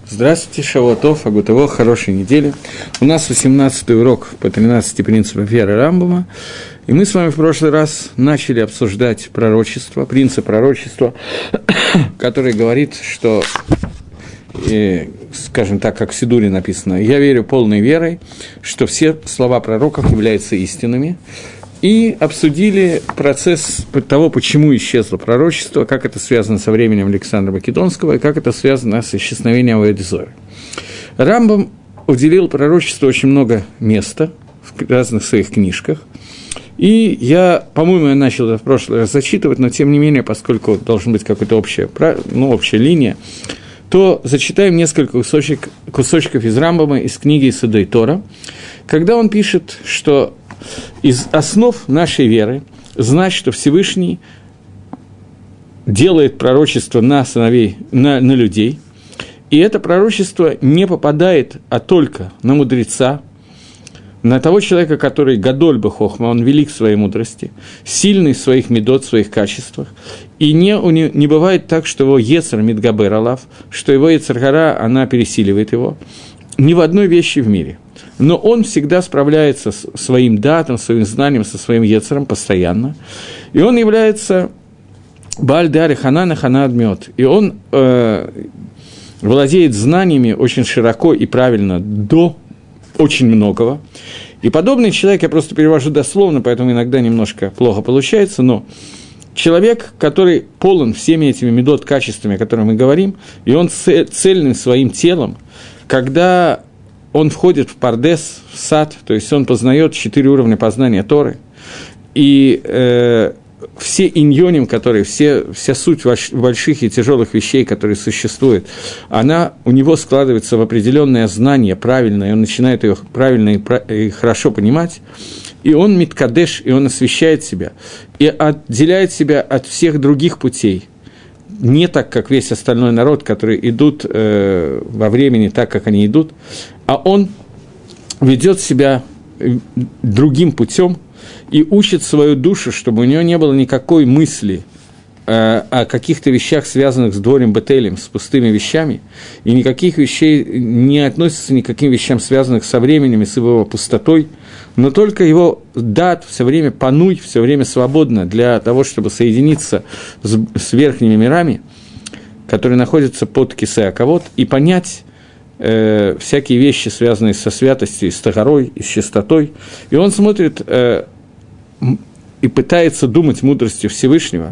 Здравствуйте, Шавуатов, Агутово, хорошей недели. У нас 18-й урок по 13 принципам веры Рамбама. И мы с вами в прошлый раз начали обсуждать пророчество, принцип пророчества, который говорит, что, скажем так, как в Сидуре написано, «Я верю полной верой, что все слова пророков являются истинными». И обсудили процесс того, почему исчезло пророчество, как это связано со временем Александра Македонского и как это связано с исчезновением Авойд-Зоры. Рамбам уделил пророчеству очень много места в разных своих книжках. И я, по-моему, я начал это в прошлый раз зачитывать, но тем не менее, поскольку должна быть какая-то общая линия, то зачитаем несколько кусочков из Рамбама, из книги Исудей Тора, когда он пишет, что из основ нашей веры знать, что Всевышний делает пророчество на сыновей, на людей, и это пророчество не попадает, а только на мудреца, на того человека, который гадоль бе-хохма, он велик в своей мудрости, сильный в своих медот, в своих качествах, и не бывает так, что его ецер мидгабер алав, что его ецер гара, она пересиливает его, ни в одной вещи в мире. Но он всегда справляется с своим датом, своим знанием, со своим ецером постоянно. И он является Бааль-Дар Ханана Хана-Адмёт. И он владеет знаниями очень широко и правильно до очень многого. И подобный человек, я просто перевожу дословно, поэтому иногда немножко плохо получается, но человек, который полон всеми этими медот качествами, о которых мы говорим, и он цельным своим телом, когда он входит в пардес, в сад, то есть он познает 4 уровня познания Торы, и все иньоним, которые, вся суть больших и тяжелых вещей, которые существуют, она у него складывается в определенное знание правильное, и он начинает ее правильно и хорошо понимать, и он миткадеш, и он освещает себя, и отделяет себя от всех других путей, не так, как весь остальной народ, которые идут во времени так, как они идут, а он ведет себя другим путем и учит свою душу, чтобы у него не было никакой мысли о каких-то вещах, связанных с дворем Бетелем, с пустыми вещами, и никаких вещей не относится ни к каким вещам, связанных со временем и с его пустотой, но только его дат все время пануй, все время свободно для того, чтобы соединиться с верхними мирами, которые находятся под Кисей ха-Кавод, и понять всякие вещи, связанные со святостью, с тагорой, и с чистотой. И он смотрит и пытается думать мудростью Всевышнего,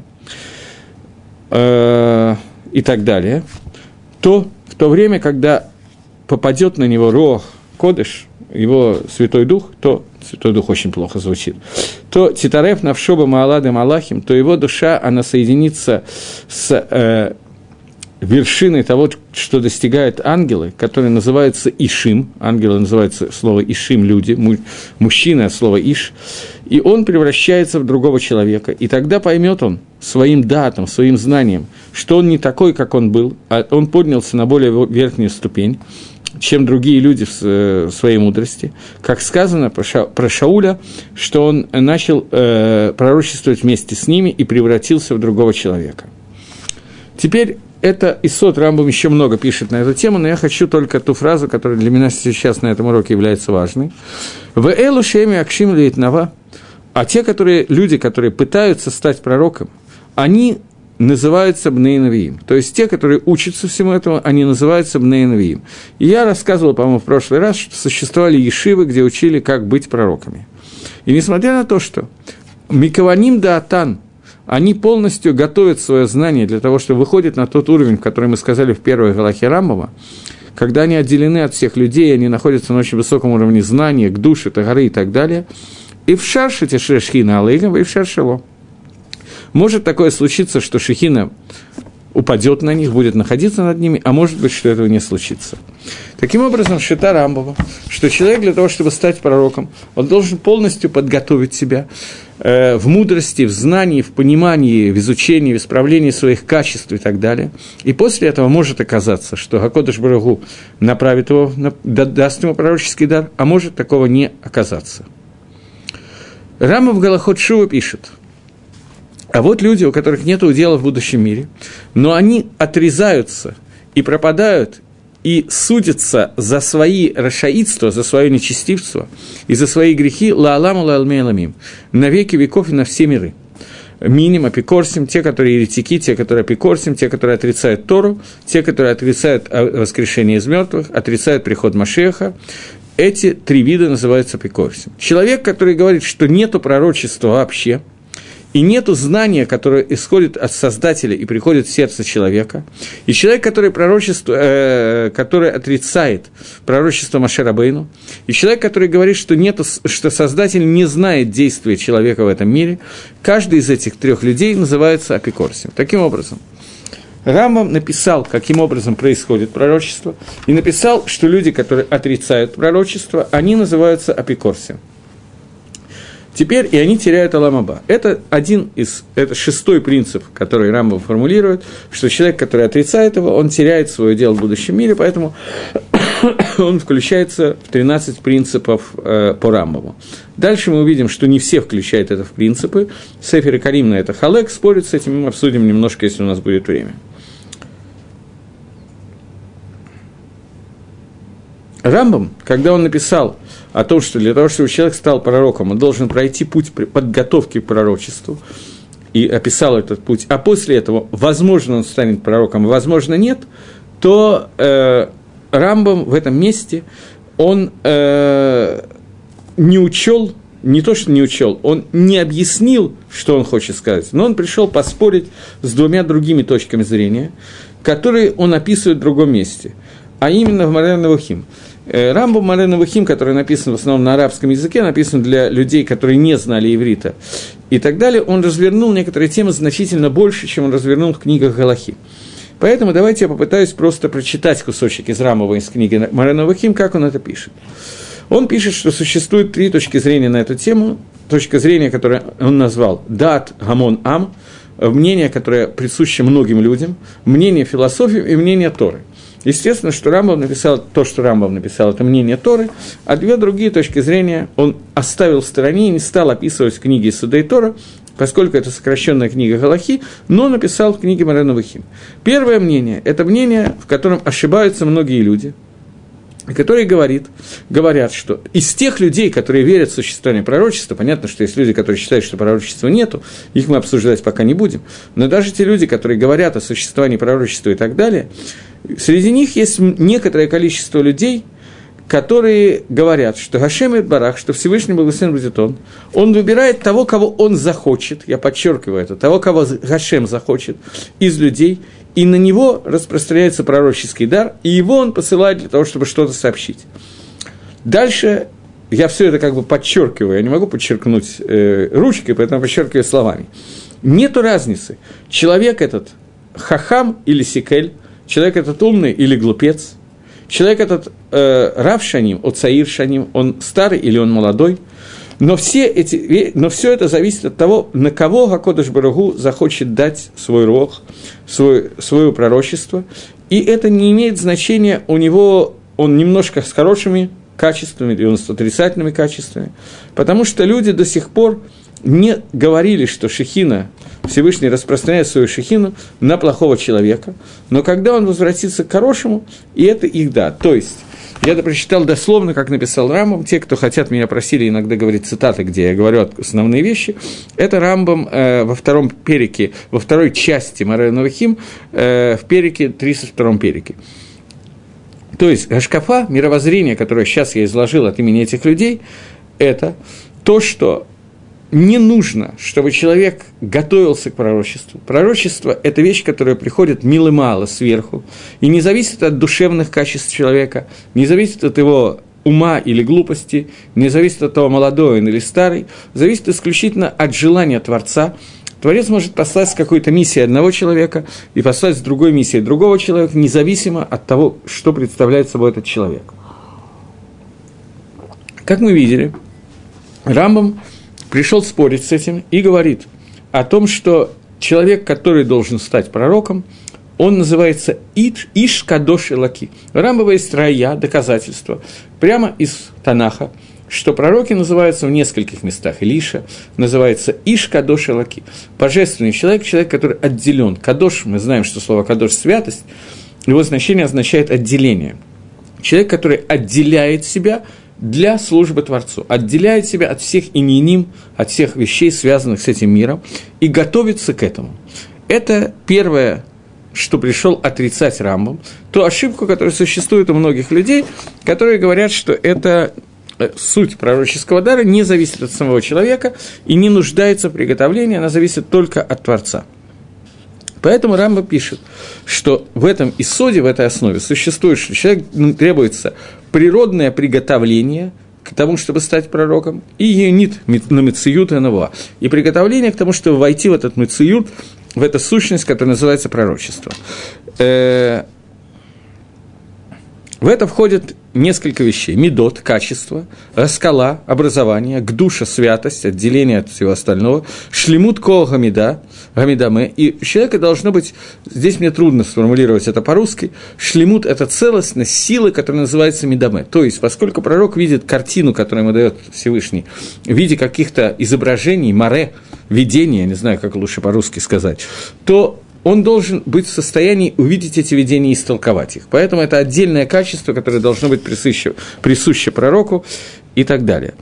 и так далее, то в то время, когда попадет на него Руах Кодеш, его Святой Дух, то Святой Дух очень плохо звучит, то Титареф Навшоба Мааладем Аллахим, то его душа, она соединится с вершиной того, что достигают ангелы, которые называются Ишим, ангелы называются слово Ишим, люди, мужчина, слово Иш, и он превращается в другого человека, и тогда поймет он своим датом, своим знанием, что он не такой, как он был, а он поднялся на более верхнюю ступень, чем другие люди в своей мудрости. Как сказано про Шауля, что он начал пророчествовать вместе с ними и превратился в другого человека. Теперь это Исод Рамбам еще много пишет на эту тему, но я хочу только ту фразу, которая для меня сейчас на этом уроке является важной. «В элу шеми акшим лейтнава», а те люди, которые пытаются стать пророком, они называются бней навиим. То есть те, которые учатся всему этому, они называются бней навиим. И я рассказывал, по-моему, в прошлый раз, что существовали ешивы, где учили, как быть пророками. И несмотря на то, что микаваним да атан, они полностью готовят свое знание для того, чтобы выходить на тот уровень, который мы сказали в первой галахе Рамбама, когда они отделены от всех людей, они находятся на очень высоком уровне знания, к душе, тагары и так далее, и в шаршите шехина алейгам, и в шаршело. Может такое случиться, что шехина упадет на них, будет находиться над ними, а может быть, что этого не случится. Таким образом, шита Рамбова, что человек для того, чтобы стать пророком, он должен полностью подготовить себя в мудрости, в знании, в понимании, в изучении, в исправлении своих качеств и так далее. И после этого может оказаться, что Гакодеш Барух Ху направит его, даст ему пророческий дар, а может такого не оказаться. Рамбам в Галахот Шува пишет: а вот люди, у которых нет удела в будущем мире, но они отрезаются и пропадают и судится за свои рашаидства, за свое нечестивство и за свои грехи лааламу лаалмей ламим, на веки веков и на все миры. Миним, апикорсим, те, которые еретики, те, которые апикорсим, те, которые отрицают Тору, те, которые отрицают воскрешение из мертвых, отрицают приход Машеха. Эти три вида называются апикорсим. Человек, который говорит, что нету пророчества вообще, и нету знания, которое исходит от Создателя и приходит в сердце человека, и человек, который отрицает пророчество Моше Рабейну, и человек, который говорит, что Создатель не знает действия человека в этом мире, каждый из этих трех людей называется апикорсим. Таким образом, Рамбам написал, каким образом происходит пророчество, и написал, что люди, которые отрицают пророчество, они называются апикорсим. Теперь и они теряют Олам Аба. Это шестой принцип, который Рамбам формулирует, что человек, который отрицает его, он теряет свое дело в будущем мире, поэтому он включается в 13 принципов по Рамбаму. Дальше мы увидим, что не все включают это в принципы. Сефер и Карим на это халек, спорят с этим, мы обсудим немножко, если у нас будет время. Рамбам, когда он написал о том, что для того, чтобы человек стал пророком, он должен пройти путь подготовки к пророчеству, и описал этот путь, а после этого, возможно, он станет пророком, а возможно, нет, то Рамбам в этом месте, он не учел, не то, что не учел, он не объяснил, что он хочет сказать, но он пришел поспорить с двумя другими точками зрения, которые он описывает в другом месте, а именно в Морeh Невухим. Рамбам Морeh Невухим, который написан в основном на арабском языке, написан для людей, которые не знали иврита, и так далее, он развернул некоторые темы значительно больше, чем он развернул в книгах Галахи. Поэтому давайте я попытаюсь просто прочитать кусочек из Рамбама из книги Морeh Невухим, как он это пишет. Он пишет, что существует три точки зрения на эту тему. Точка зрения, которую он назвал «Дат Гамон Ам», мнение, которое присуще многим людям, мнение философии и мнение Торы. Естественно, что Рамбам написал то, что Рамбам написал, это мнение Торы, а две другие точки зрения он оставил в стороне и не стал описывать в книге Судей Тора, поскольку это сокращенная книга Галахи, но написал в книге Морeh Невухим. Первое мнение – это мнение, в котором ошибаются многие люди, которые говорят, что из тех людей, которые верят в существование пророчества, понятно, что есть люди, которые считают, что пророчества нету, их мы обсуждать пока не будем, но даже те люди, которые говорят о существовании пророчества и так далее, среди них есть некоторое количество людей, которые говорят, что Гашем Барах, что Всевышний Благословен будет он выбирает того, кого он захочет, я подчеркиваю это, того, кого Гашем захочет из людей, и на него распространяется пророческий дар, и его он посылает для того, чтобы что-то сообщить. Дальше я все это как бы подчеркиваю, я не могу подчеркнуть ручкой, поэтому подчеркиваю словами. Нету разницы, человек этот хахам или сикель, человек этот умный или глупец, человек этот рав шаним, цаир шаним, он старый или он молодой, но все это зависит от того, на кого Гакодеш Барух Ху захочет дать свой рог, свое пророчество, и это не имеет значения у него, он немножко с хорошими качествами, или он с отрицательными качествами, потому что люди до сих пор не говорили, что Шехина, Всевышний распространяет свою Шехину на плохого человека, но когда он возвратится к хорошему, и это их да. То есть, я это прочитал дословно, как написал Рамбам. Те, кто хотят, меня просили иногда говорить цитаты, где я говорю основные вещи. Это Рамбам во втором перике, во второй части Морeh Невухим, в перике, 32-м перике. То есть, гашкафа, мировоззрение, которое сейчас я изложил от имени этих людей, это то, что не нужно, чтобы человек готовился к пророчеству. Пророчество – это вещь, которая приходит мило-мало сверху, и не зависит от душевных качеств человека, не зависит от его ума или глупости, не зависит от того, молодой он или старый, зависит исключительно от желания Творца. Творец может послать с какой-то миссией одного человека и послать с другой миссией другого человека, независимо от того, что представляет собой этот человек. Как мы видели, Рамбам пришел спорить с этим и говорит о том, что человек, который должен стать пророком, он называется Иш Кадош Элоки. Рамбова есть рая, доказательства, прямо из Танаха, что пророки называются в нескольких местах. Илиша называется Иш Кадош Элоки. Божественный человек, человек, который отделен. Кадош, мы знаем, что слово Кадош – святость. его значение означает отделение. Человек, который отделяет себя для службы Творцу, отделяет себя от всех иньяним, от всех вещей, связанных с этим миром, и готовится к этому. Это первое, что пришел отрицать Рамбам, ту ошибку, которая существует у многих людей, которые говорят, что это суть пророческого дара не зависит от самого человека и не нуждается в приготовлении, она зависит только от Творца. Поэтому Рамбам пишет, что в этом исоде, в этой основе существует, что человеку требуется природное приготовление к тому, чтобы стать пророком, и юнит на мециют и навуа, и приготовление к тому, чтобы войти в этот мециют, в эту сущность, которая называется пророчество. В это входит несколько вещей. Медот, качество, раскала, образование, гдуша, святость, отделение от всего остального, шлемут ко гамидаме. И у человека должно быть, здесь мне трудно сформулировать это по-русски, шлемут – это целостность силы, которая называется мидаме. То есть, поскольку пророк видит картину, которую ему дает Всевышний, в виде каких-то изображений, море, видения, не знаю, как лучше по-русски сказать, то он должен быть в состоянии увидеть эти видения и истолковать их. Поэтому это отдельное качество, которое должно быть присуще пророку и так далее.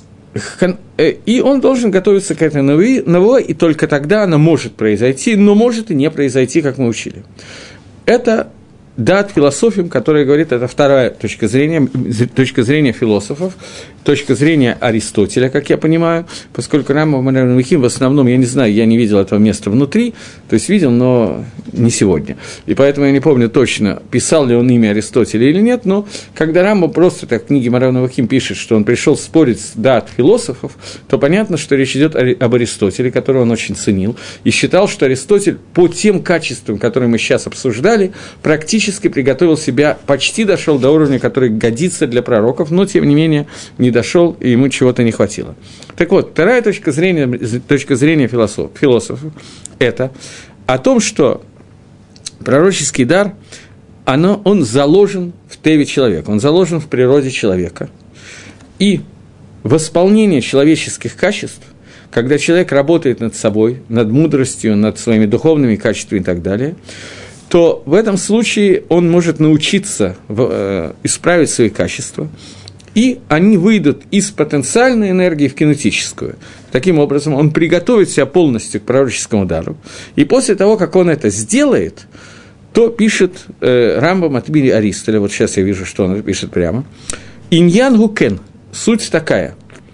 И он должен готовиться к этой новой, и только тогда она может произойти, но может и не произойти, как мы учили. Это дат философиям, которая говорит, это вторая точка зрения философов, точка зрения Аристотеля, как я понимаю, поскольку Рамбам в основном, я не знаю, я не видел этого места внутри, то есть видел, но не сегодня. И поэтому я не помню точно, писал ли он имя Аристотеля или нет, но когда Рамбам просто так в книге Морального Вахим пишет, что он пришел спорить с дат философов, то понятно, что речь идет об Аристотеле, которого он очень ценил, и считал, что Аристотель по тем качествам, которые мы сейчас обсуждали, практически приготовил себя, почти дошел до уровня, который годится для пророков, но, тем не менее, не дошел, и ему чего-то не хватило. Так вот, вторая точка зрения философов – это о том, что пророческий дар, он заложен в теве человека, он заложен в природе человека. И восполнение человеческих качеств, когда человек работает над собой, над мудростью, над своими духовными качествами и так далее, то в этом случае он может научиться исправить свои качества, и они выйдут из потенциальной энергии в кинетическую. Таким образом, он приготовит себя полностью к пророческому дару, и после того, как он это сделает, то пишет Рамбам от имени Аристотеля, вот сейчас я вижу, что он пишет прямо, «Иньян гукен», суть такая,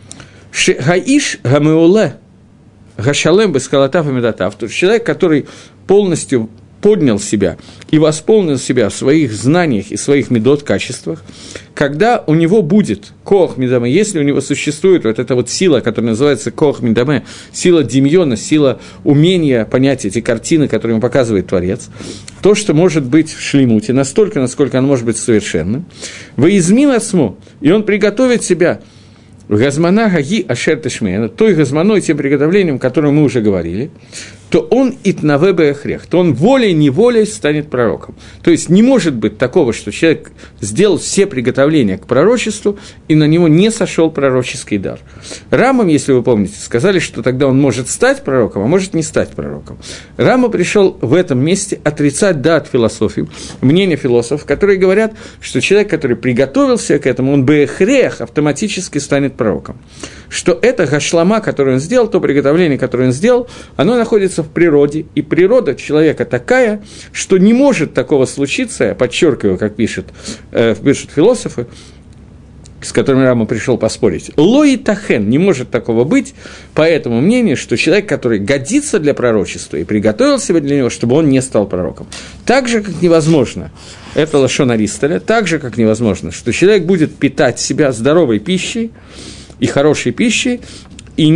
«Гаиш гамеуле гашалем бескалатав и медатав», то есть человек, который полностью поднял себя и восполнил себя в своих знаниях и своих медот качествах, когда у него будет коах мидаме, если у него существует вот эта вот сила, которая называется коах мидаме, сила демьона, сила умения понять эти картины, которые ему показывает Творец, то, что может быть в шлемуте, настолько, насколько оно может быть совершенным, «Воизмин асму», и он приготовит себя в газмана гаги ашер тешмейна, той газманой, тем приготовлением, о котором мы уже говорили, то он итнаве беахрех, то он волей-неволей станет пророком. То есть не может быть такого, что человек сделал все приготовления к пророчеству, и на него не сошел пророческий дар. Рамбам, если вы помните, сказали, что тогда он может стать пророком, а может не стать пророком. Рамбам пришел в этом месте отрицать дат философии, мнение философов, которые говорят, что человек, который приготовился к этому, он беахрех, автоматически станет пророком. Что это гашлама, которое он сделал, то приготовление, которое он сделал, оно находится в природе, и природа человека такая, что не может такого случиться, я подчеркиваю, как пишут философы, с которыми Рамбам пришел поспорить, лои тахен, не может такого быть, по этому мнению, что человек, который годится для пророчества и приготовил себя для него, чтобы он не стал пророком. Так же, как невозможно, это лашон Аристотеля, так же, как невозможно, что человек будет питать себя здоровой пищей и хорошей пищей, и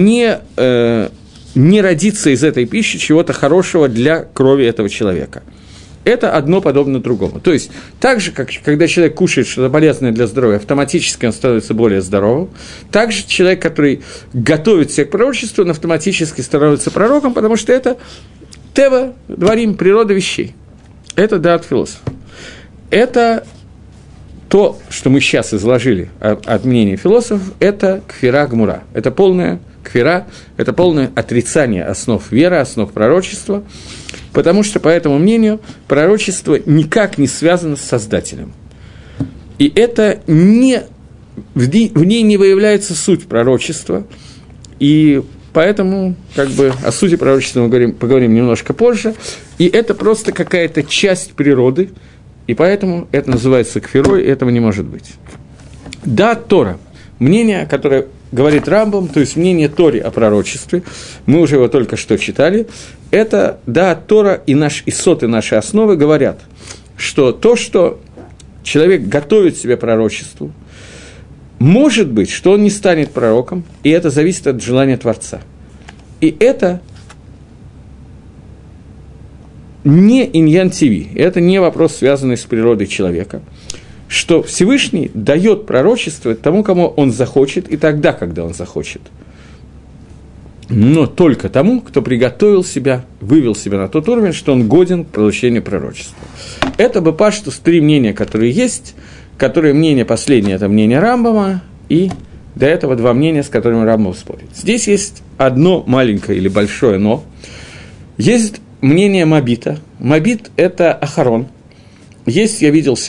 не родится из этой пищи чего-то хорошего для крови этого человека. Это одно подобно другому. То есть, так же, как когда человек кушает что-то полезное для здоровья, автоматически он становится более здоровым, так же человек, который готовит себя к пророчеству, он автоматически становится пророком, потому что это тева, дворим, природа вещей. Это дат философ. Это то, что мы сейчас изложили от мнения философов, это кфира гмура. Это полная кфира, это полное отрицание основ веры, основ пророчества. потому что, по этому мнению, пророчество никак не связано с Создателем. И это не, в ней не выявляется суть пророчества, и поэтому о сути пророчества мы поговорим немножко позже, и это просто какая-то часть природы, и поэтому это называется кфирой, и этого не может быть. Да, Тора, мнение, которое говорит Рамбам, то есть мнение Тори о пророчестве, мы уже его только что читали, это, да, Тора и наш исот, и наши основы говорят, что то, что человек готовит себе пророчеству, может быть, что он не станет пророком, и это зависит от желания Творца. И это не иньян тиви, это не вопрос, связанный с природой человека, что Всевышний дает пророчество тому, кому он захочет, и тогда, когда он захочет. Но только тому, кто приготовил себя, вывел себя на тот уровень, что он годен к получению пророчества. Это бепаштус три мнения, которые есть, которые мнение последнее – это мнение Рамбама, и до этого два мнения, с которыми Рамбам спорит. Здесь есть одно маленькое или большое «но». Есть мнение Мабита. Мабит – это Ахарон. Есть,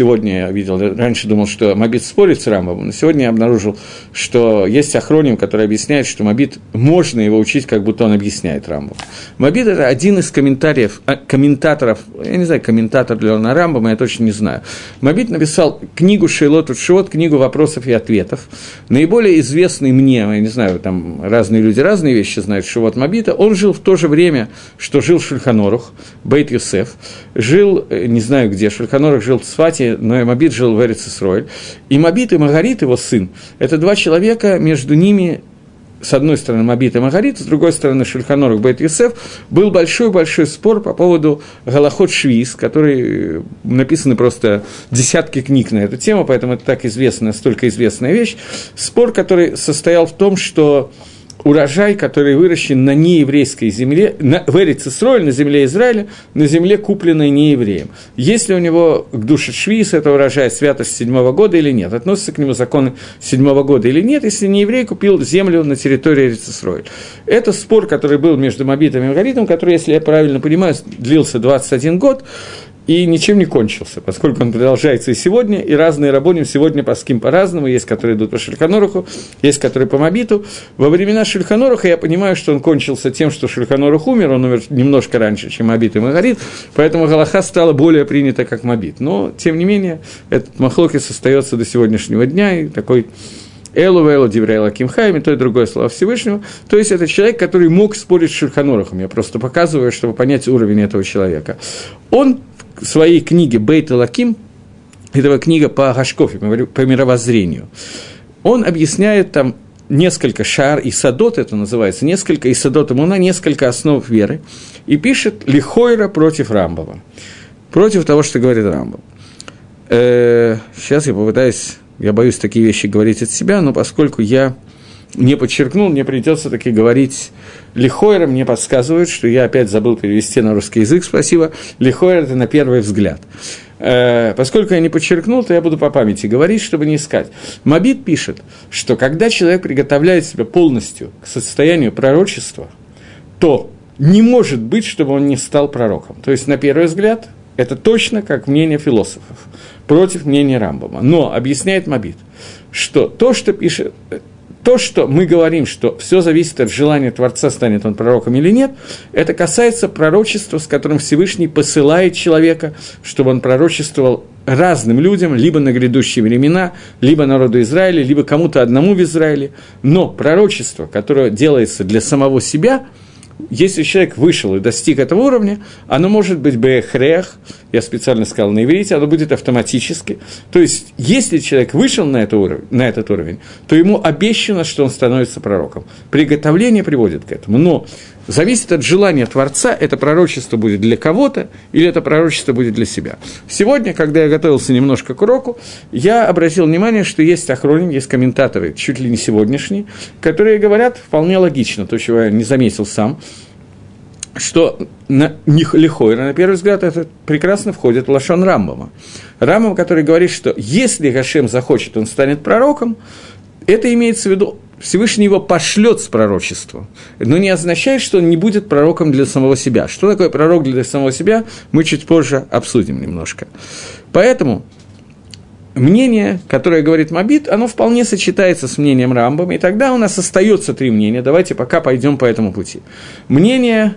раньше думал, что Мабит спорит с Рамбамом, но сегодня я обнаружил, что есть ахроним, который объясняет, что Мабит, можно его учить, как будто он объясняет Рамбаму. Мабит – это один из комментаторов, я не знаю, комментатор ли он на Рамбама, я точно не знаю. Мабит написал книгу Шейлот ут-Шивот, книгу вопросов и ответов. Наиболее известный мне, я не знаю, там разные люди разные вещи знают, Шивот Мабита, он жил в то же время, что жил Шульхан Орух, Бейт Йосеф, жил, не знаю где, Шульхан Орух жил в Цфате, но и Мабит жил в Эрец Исроэль. И Мабит и Магарит, его сын, это два человека, между ними, с одной стороны Мабит и Магарит, с другой стороны Шульхан Орух, Бейт Йосеф, был большой-большой спор по поводу Галахот Швиз, который написаны просто десятки книг на эту тему, поэтому это так известная, столько известная вещь. Спор, который состоял в том, что урожай, который выращен на нееврейской земле, в Эрец Исроэль, на земле Израиля, на земле, купленной неевреем. Есть ли у него к душе Швиз, это урожай, святость 7-го года или нет? Относятся к нему законы 7-го года или нет, если нееврей купил землю на территории Эрец Исроэль? Это спор, который был между Мабитом и Магаритом, который, если я правильно понимаю, длился 21 год, и ничем не кончился, поскольку он продолжается и сегодня, и разные рабоним сегодня паским по-разному, есть, которые идут по Шульхан Оруху, есть, которые по Мабиту. Во времена Шульхан Оруха я понимаю, что он кончился тем, что Шульхан Орух умер, он умер немножко раньше, чем Мабит и Магарит, поэтому галаха стала более принята, как Мабит. Но, тем не менее, этот махлокис остается до сегодняшнего дня, и такой Элу Диврей Лаким Хайм, и то и другое слово Всевышнего. То есть, это человек, который мог спорить с Шульхан Орухом. Я просто показываю, чтобы понять уровень этого человека. Он в своей книге «Бейт Элоким», это книга по Гашкофе, по мировоззрению, он объясняет там несколько шар и садот, это называется, несколько и садот имуна, несколько основ веры, и пишет лихойра против Рамбама, против того, что говорит Рамбам. Сейчас я попытаюсь, я боюсь такие вещи говорить от себя, но поскольку я не подчеркнул, мне придется таки говорить лихойра, мне подсказывают, что я опять забыл перевести на русский язык, спасибо, лихойра – это на первый взгляд. Поскольку я не подчеркнул, то я буду по памяти говорить, чтобы не искать. Мабит пишет, что когда человек приготовляет себя полностью к состоянию пророчества, то не может быть, чтобы он не стал пророком. То есть, на первый взгляд, это точно как мнение философов, против мнения Рамбама. Но объясняет Мабит, что то, что пишет... То, что мы говорим, что все зависит от желания Творца, станет он пророком или нет, это касается пророчества, с которым Всевышний посылает человека, чтобы он пророчествовал разным людям, либо на грядущие времена, либо народу Израиля, либо кому-то одному в Израиле. Но пророчество, которое делается для самого себя, если человек вышел и достиг этого уровня, оно может быть бэхрех, я специально сказал на иврите, оно будет автоматически. То есть, если человек вышел на этот уровень, то ему обещано, что он становится пророком. Приготовление приводит к этому. Но зависит от желания Творца, это пророчество будет для кого-то или это пророчество будет для себя. Сегодня, когда я готовился немножко к уроку, я обратил внимание, что есть ахроним, есть комментаторы, чуть ли не сегодняшние, которые говорят вполне логично, то, чего я не заметил сам, что лихойра, на первый взгляд, это прекрасно входит в лашон Рамбама. Рамбам, который говорит, что если Гашем захочет, он станет пророком, это имеется в виду Всевышний его пошлет с пророчеством, но не означает, что он не будет пророком для самого себя. Что такое пророк для самого себя, мы чуть позже обсудим немножко. Поэтому мнение, которое говорит Мабит, оно вполне сочетается с мнением Рамбама, и тогда у нас остается три мнения. Давайте пока пойдем по этому пути. Мнение...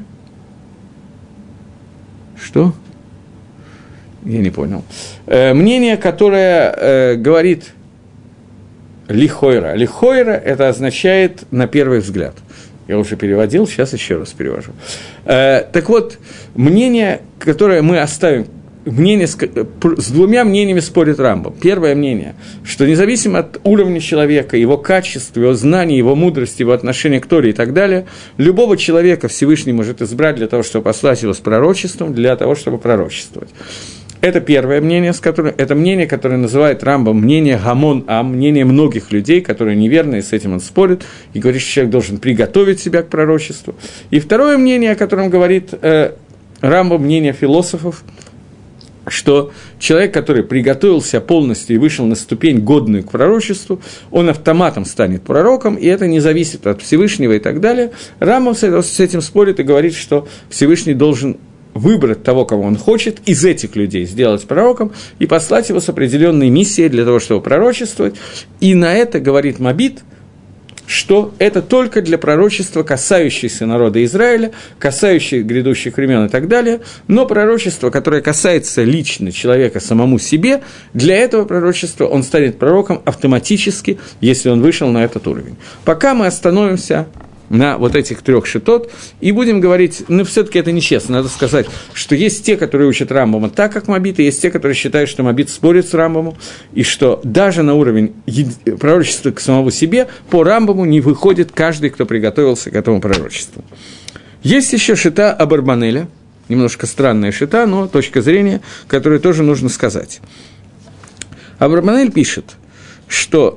Что? Я не понял. Мнение, которое говорит лихойра. Лихойра – это означает «на первый взгляд». Я уже переводил, сейчас еще раз перевожу. Так вот, мнение, которое мы оставим, мнение, с двумя мнениями спорит Рамбам. Первое мнение, что независимо от уровня человека, его качества, его знаний, его мудрости, его отношения к Торе и так далее, любого человека Всевышний может избрать для того, чтобы послать его с пророчеством, для того, чтобы пророчествовать. Это первое мнение, это мнение, которое называет Рамбам мнение гамон-ам, мнение многих людей, которые неверны, и с этим он спорит, и говорит, что человек должен приготовить себя к пророчеству. И второе мнение, о котором говорит Рамбам, мнение философов, что человек, который приготовился полностью и вышел на ступень, годную к пророчеству, он автоматом станет пророком, и это не зависит от Всевышнего и так далее. Рамбам с этим спорит и говорит, что Всевышний должен выбрать того, кого он хочет, из этих людей сделать пророком и послать его с определенной миссией для того, чтобы пророчествовать. И на это говорит Мабит, что это только для пророчества, касающееся народа Израиля, касающееся грядущих времен и так далее, но пророчество, которое касается лично человека самому себе, для этого пророчества он станет пророком автоматически, если он вышел на этот уровень. Пока мы остановимся на вот этих трех шитот, и будем говорить, ну, все-таки это нечестно, надо сказать, что есть те, которые учат Рамбама так, как Мабит, и есть те, которые считают, что Мабит спорит с Рамбамом, и что даже на уровень пророчества к самому себе по Рамбаму не выходит каждый, кто приготовился к этому пророчеству. Есть еще шита Абарбанеля, немножко странная шита, но точка зрения, которую тоже нужно сказать. Абарбанель пишет, что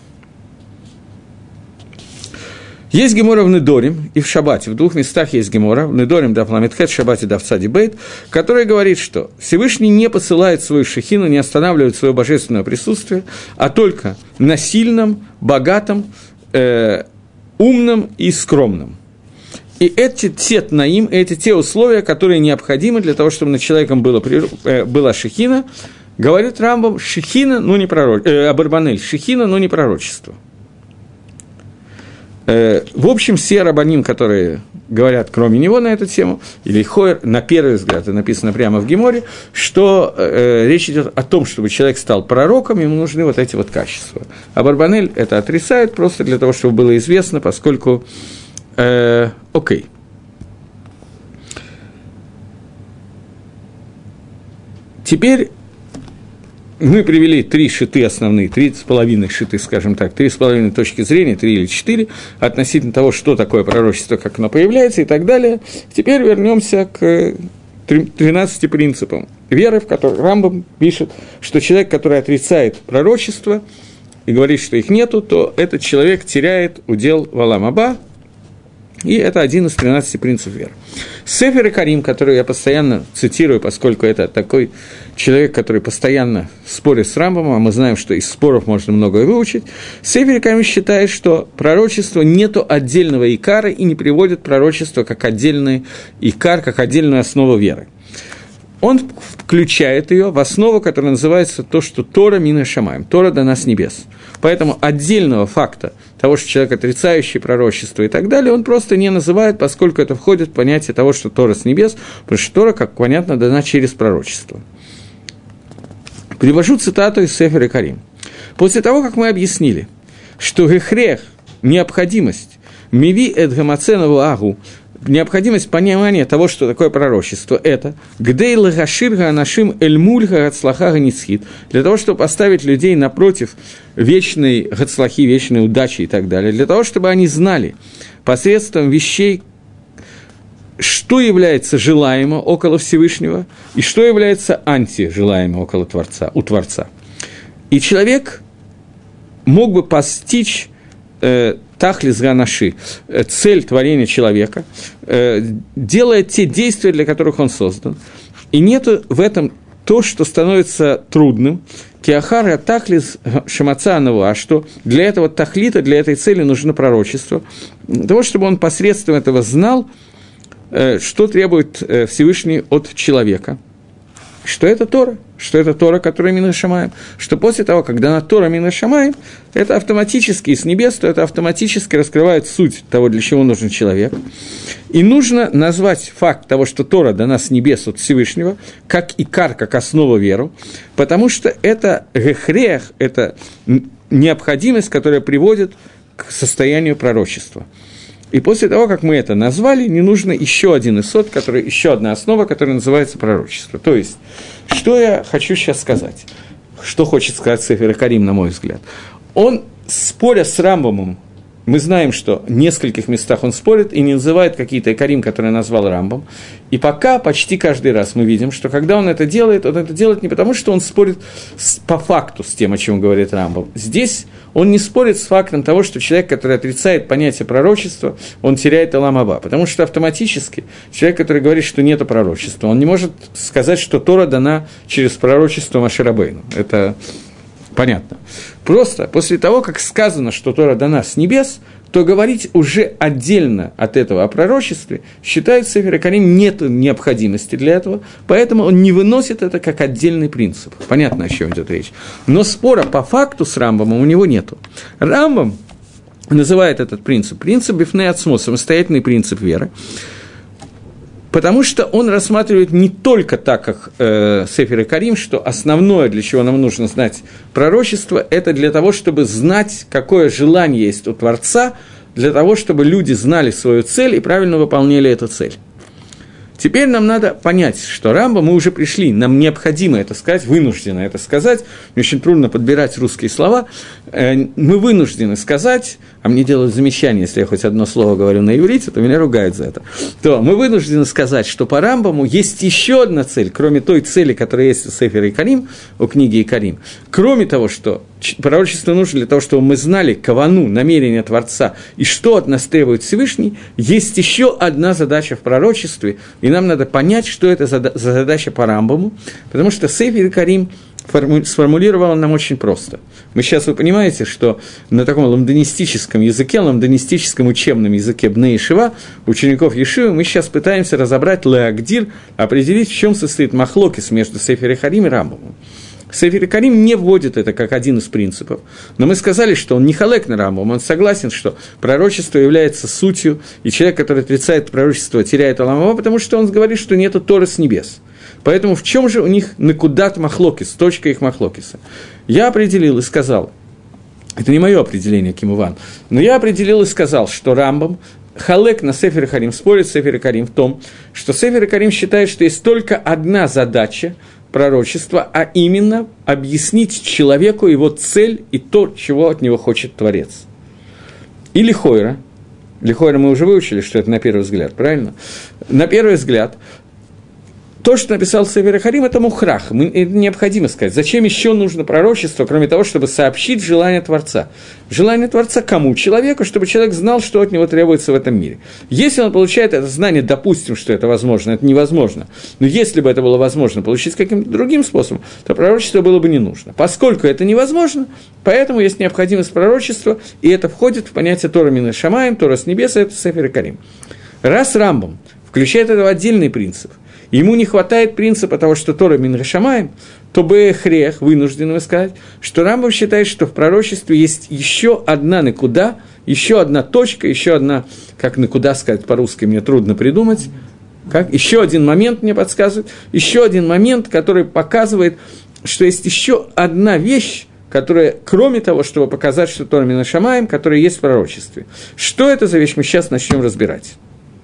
есть гемора в Недорим и в Шаббате, в двух местах есть гемора, в Недорим дав ламедхет, в Шаббате дав цади бейт, которая говорит, что Всевышний не посылает свою шехину, не останавливает свое божественное присутствие, а только на сильном, богатом, умном и скромном. И эти те тнаим, эти те условия, которые необходимы для того, чтобы над человеком была шехина, говорит Рамбам, шехина, но не Абарбанель, шехина, но не пророчество. В общем, все рабаним, которые говорят, кроме него, на эту тему, или Хойер, на первый взгляд, это написано прямо в Геморе, что речь идет о том, чтобы человек стал пророком, ему нужны вот эти вот качества. А Барбанель это отрицает просто для того, чтобы было известно, поскольку... Окей. Теперь... Мы привели три шиты основные, 3,5 шиты, скажем так, 3,5 точки зрения, 3 или 4, относительно того, что такое пророчество, как оно появляется и так далее. Теперь вернемся к 13 принципам веры, в которых Рамбам пишет, что человек, который отрицает пророчество и говорит, что их нету, то этот человек теряет удел в Олам Аба, и это один из 13 принципов веры. Сефер Карим, который я постоянно цитирую, поскольку это такой человек, который постоянно спорит с Рамбамом, а мы знаем, что из споров можно многое выучить, Сефер Карим считает, что пророчество нету отдельного икара и не приводит пророчество как отдельный икар, как отдельную основу веры. Он включает ее в основу, которая называется то, что Тора мина шамаем, Тора дана с небес. Поэтому отдельного факта того, что человек отрицающий пророчество и так далее, он просто не называет, поскольку это входит в понятие того, что Тора с небес, потому что Тора, как понятно, дана через пророчество. Привожу цитату из Сефера Карим. После того, как мы объяснили, что гехрех, необходимость, миви эд гамаценову агу, необходимость понимания того, что такое пророчество, это «гдей лагаширга анашим эльмульга гацлаха ганицхит», для того, чтобы поставить людей напротив вечной гацлахи, вечной удачи и так далее, для того, чтобы они знали посредством вещей, что является желаемо около Всевышнего и что является антижелаемо около Творца, у Творца. И человек мог бы постичь тахлис ганаши, цель творения человека, делая те действия, для которых он создан. И нет в этом то, что становится трудным, киахара тахлис шамаца анава, что для этого тахлита, для этой цели нужно пророчество, для того, чтобы он посредством этого знал, что требует Всевышний от человека. Что это Тора, которую Мин Шамаим, что после того, когда на Тора Мин Шамаим, это автоматически с небес, то это автоматически раскрывает суть того, для чего нужен человек. И нужно назвать факт того, что Тора дана с небес от Всевышнего, как икар, как основа веры, потому что это гехрех, это необходимость, которая приводит к состоянию пророчества. И после того, как мы это назвали, не нужно еще один исод, еще одна основа, которая называется пророчество. То есть, что я хочу сейчас сказать, что хочет сказать Сефер Карим, на мой взгляд. Он, споря с Рамбамом, мы знаем, что в нескольких местах он спорит и не называет какие-то икарим, которые назвал Рамбам. И пока почти каждый раз мы видим, что когда он это делает не потому, что он спорит по факту с тем, о чем говорит Рамбам. Здесь он не спорит с фактом того, что человек, который отрицает понятие пророчества, он теряет Олам Аба. Потому что автоматически человек, который говорит, что нет пророчества, он не может сказать, что Тора дана через пророчество Моше Рабейну. Это понятно. Просто после того, как сказано, что Тора дана с небес, то говорить уже отдельно от этого о пророчестве, считает Сефер Карим, нет необходимости для этого, поэтому он не выносит это как отдельный принцип. Понятно, о чем идет речь. Но спора по факту с Рамбамом у него нету. Рамбам называет этот принцип бифней ацмо, самостоятельный принцип веры, потому что он рассматривает не только так, как Сефер Карим, что основное, для чего нам нужно знать пророчество, это для того, чтобы знать, какое желание есть у Творца, для того, чтобы люди знали свою цель и правильно выполняли эту цель. Теперь нам надо понять, что Рамбам, мы уже пришли, нам необходимо это сказать, вынуждены это сказать, мне очень трудно подбирать русские слова, мы вынуждены сказать, а мне делают замечание, если я хоть одно слово говорю на иврите, то меня ругают за это, то мы вынуждены сказать, что по Рамбаму есть еще одна цель, кроме той цели, которая есть у Сефера Карим, у книги Икарим, кроме того, что пророчество нужно для того, чтобы мы знали кавану, намерение Творца, и что от нас требует Всевышний, есть еще одна задача в пророчестве, и нам надо понять, что это за задача по Рамбаму, потому что Сефер Карим сформулировал нам очень просто. Мы сейчас, вы понимаете, что на таком ламданистическом языке, ламданистическом учебном языке Бней Ешива, учеников Ешивы, мы сейчас пытаемся разобрать леагдир, определить, в чем состоит махлокис между Сефер Карим и Рамбамом. Сефер Карим не вводит это как один из принципов, но мы сказали, что он не халек на Рамбам, он согласен, что пророчество является сутью, и человек, который отрицает пророчество, теряет Олам Аба, потому что он говорит, что нету Торы с небес. Поэтому в чем же у них накудат махлокис, точка их махлокиса? Я определил и сказал, это не мое определение, Ким Иван, но я определил и сказал, что Рамбам халек на Сефер Карим, спорит с Сефер Карим в том, что Сефер Карим считает, что есть только одна задача пророчества, а именно объяснить человеку его цель и то, чего от него хочет Творец. И лихойра мы уже выучили, что это на первый взгляд, правильно? На первый взгляд, то, что написал Сефер Карим, это мухрах. Это необходимо сказать. Зачем еще нужно пророчество, кроме того, чтобы сообщить желание Творца? Желание Творца кому? Человеку, чтобы человек знал, что от него требуется в этом мире. Если он получает это знание, допустим, что это возможно, это невозможно, но если бы это было возможно получить каким-то другим способом, то пророчество было бы не нужно. Поскольку это невозможно, поэтому есть необходимость пророчества, и это входит в понятие Тора Мин Шамаим, Тора с небес, это Сефер Карим. Раз Рамбам включает это в отдельный принцип, ему не хватает принципа того, что Тора Мин Шамаим, то бехрех, вынуждены сказать, что Рамбам считает, что в пророчестве есть еще одна накуда, еще одна точка, еще одна, как накуда сказать по-русски, мне трудно придумать, как, еще один момент мне подсказывает, еще один момент, который показывает, что есть еще одна вещь, которая, кроме того, чтобы показать, что Тора Мин Шамаим, которая есть в пророчестве. Что это за вещь, мы сейчас начнем разбирать.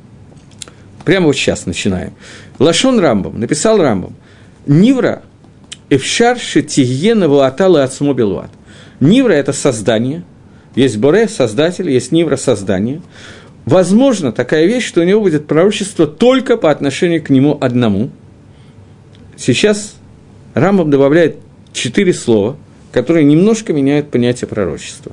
Прямо вот сейчас начинаем. Лашон Рамбам, написал Рамбам, Нивра эфшар шетигье навуатала ацмо белуат. Нивра – это создание, есть Боре – создатель, есть Нивра – создание. Возможно такая вещь, что у него будет пророчество только по отношению к нему одному. Сейчас Рамбам добавляет 4 слова, которые немножко меняют понятие пророчества.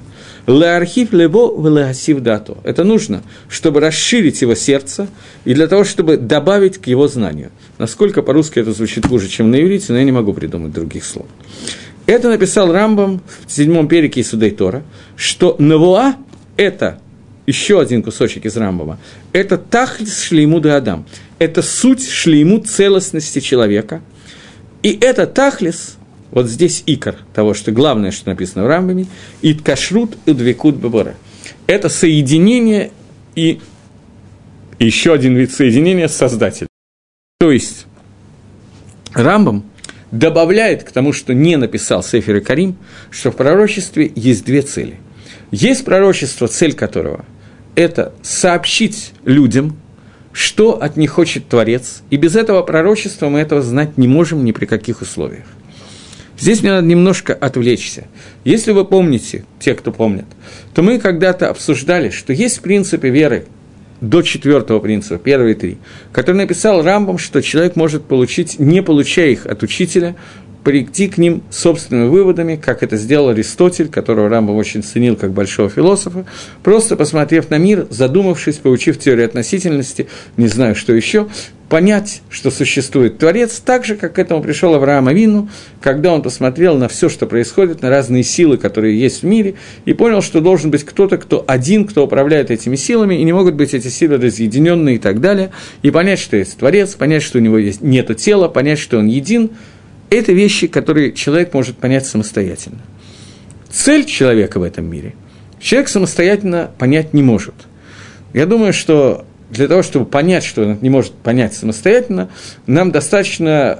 Леархив лебо велеасив дато. Это нужно, чтобы расширить его сердце и для того, чтобы добавить к его знанию. Насколько по-русски это звучит хуже, чем на иврите, но я не могу придумать других слов. Это написал Рамбам в 7 перике Исудей Тора, что Навуа – это еще один кусочек из Рамбама, это тахлис шлейму адам, это суть шлейму целостности человека. И это тахлис, вот здесь икор того, что главное, что написано в Рамбаме, ит кашрут и двекут бабора. Это соединение и еще один вид соединения с Создателем. То есть Рамбам добавляет к тому, что не написал Сефер Карим, что в пророчестве есть две цели. Есть пророчество, цель которого – это сообщить людям, что от них хочет Творец, и без этого пророчества мы этого знать не можем ни при каких условиях. Здесь мне надо немножко отвлечься. Если вы помните, те, кто помнят, то мы когда-то обсуждали, что есть принципы веры, до 4-го принципа, первые 3, который написал Рамбам, что человек может получить, не получая их от учителя, прийти к ним собственными выводами, как это сделал Аристотель, которого Рамбам очень ценил как большого философа, просто посмотрев на мир, задумавшись, получив теорию относительности, не знаю, что еще, понять, что существует Творец, так же, как к этому пришел Авраам Авину, когда он посмотрел на все, что происходит, на разные силы, которые есть в мире, и понял, что должен быть кто-то, кто управляет этими силами, и не могут быть эти силы разъединенные и так далее, и понять, что есть Творец, понять, что у него нету тела, понять, что он един. Это вещи, которые человек может понять самостоятельно. Цель человека в этом мире человек самостоятельно понять не может. Я думаю, что для того, чтобы понять, что он не может понять самостоятельно, нам достаточно,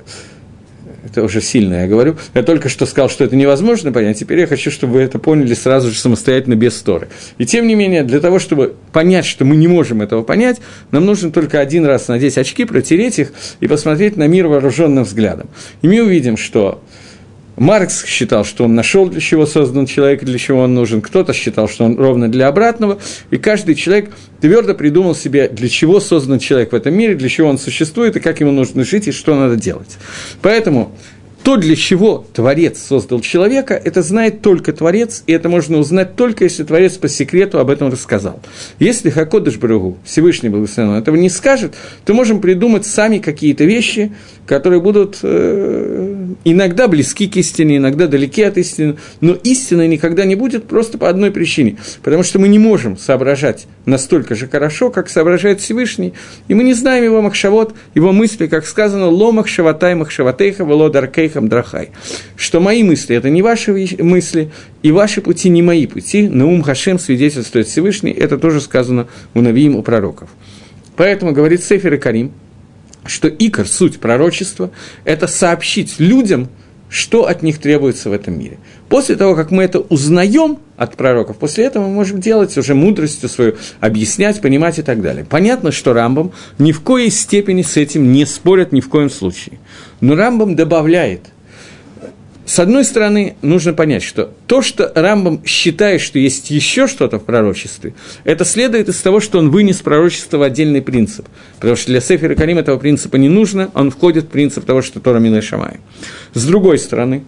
это уже сильно я говорю, я только что сказал, что это невозможно понять, теперь я хочу, чтобы вы это поняли сразу же самостоятельно, без Торы. И тем не менее, для того, чтобы понять, что мы не можем этого понять, нам нужно только один раз надеть очки, протереть их и посмотреть на мир вооруженным взглядом. И мы увидим, что Маркс считал, что он нашел, для чего создан человек, для чего он нужен. Кто-то считал, что он ровно для обратного. И каждый человек твердо придумал себе, для чего создан человек в этом мире, для чего он существует, и как ему нужно жить, и что надо делать. Поэтому то, для чего Творец создал человека, это знает только Творец, и это можно узнать только, если Творец по секрету об этом рассказал. Если Хакодеш Барух Ху, Всевышний Благословен, этого не скажет, то можем придумать сами какие-то вещи, которые будут иногда близки к истине, иногда далеки от истины, но истины никогда не будет просто по одной причине, потому что мы не можем соображать настолько же хорошо, как соображает Всевышний, и мы не знаем его махшавот, его мысли, как сказано, «Ло махшаватай махшаватейха, вело даркейхам драхай», что мои мысли – это не ваши мысли, и ваши пути не мои пути, Наум Хашем свидетельствует Всевышний, это тоже сказано у Навиим, у пророков. Поэтому говорит Сефер Карим, что икор, суть пророчества, это сообщить людям, что от них требуется в этом мире. После того, как мы это узнаем от пророков, после этого мы можем делать уже мудростью свою, объяснять, понимать и так далее. Понятно, что Рамбам ни в коей степени с этим не спорят ни в коем случае. Но Рамбам добавляет. С одной стороны, нужно понять, что то, что Рамбам считает, что есть еще что-то в пророчестве, это следует из того, что он вынес пророчество в отдельный принцип. Потому что для Сефера Карим этого принципа не нужно, он входит в принцип того, что Тора Миной Шамай. С другой стороны,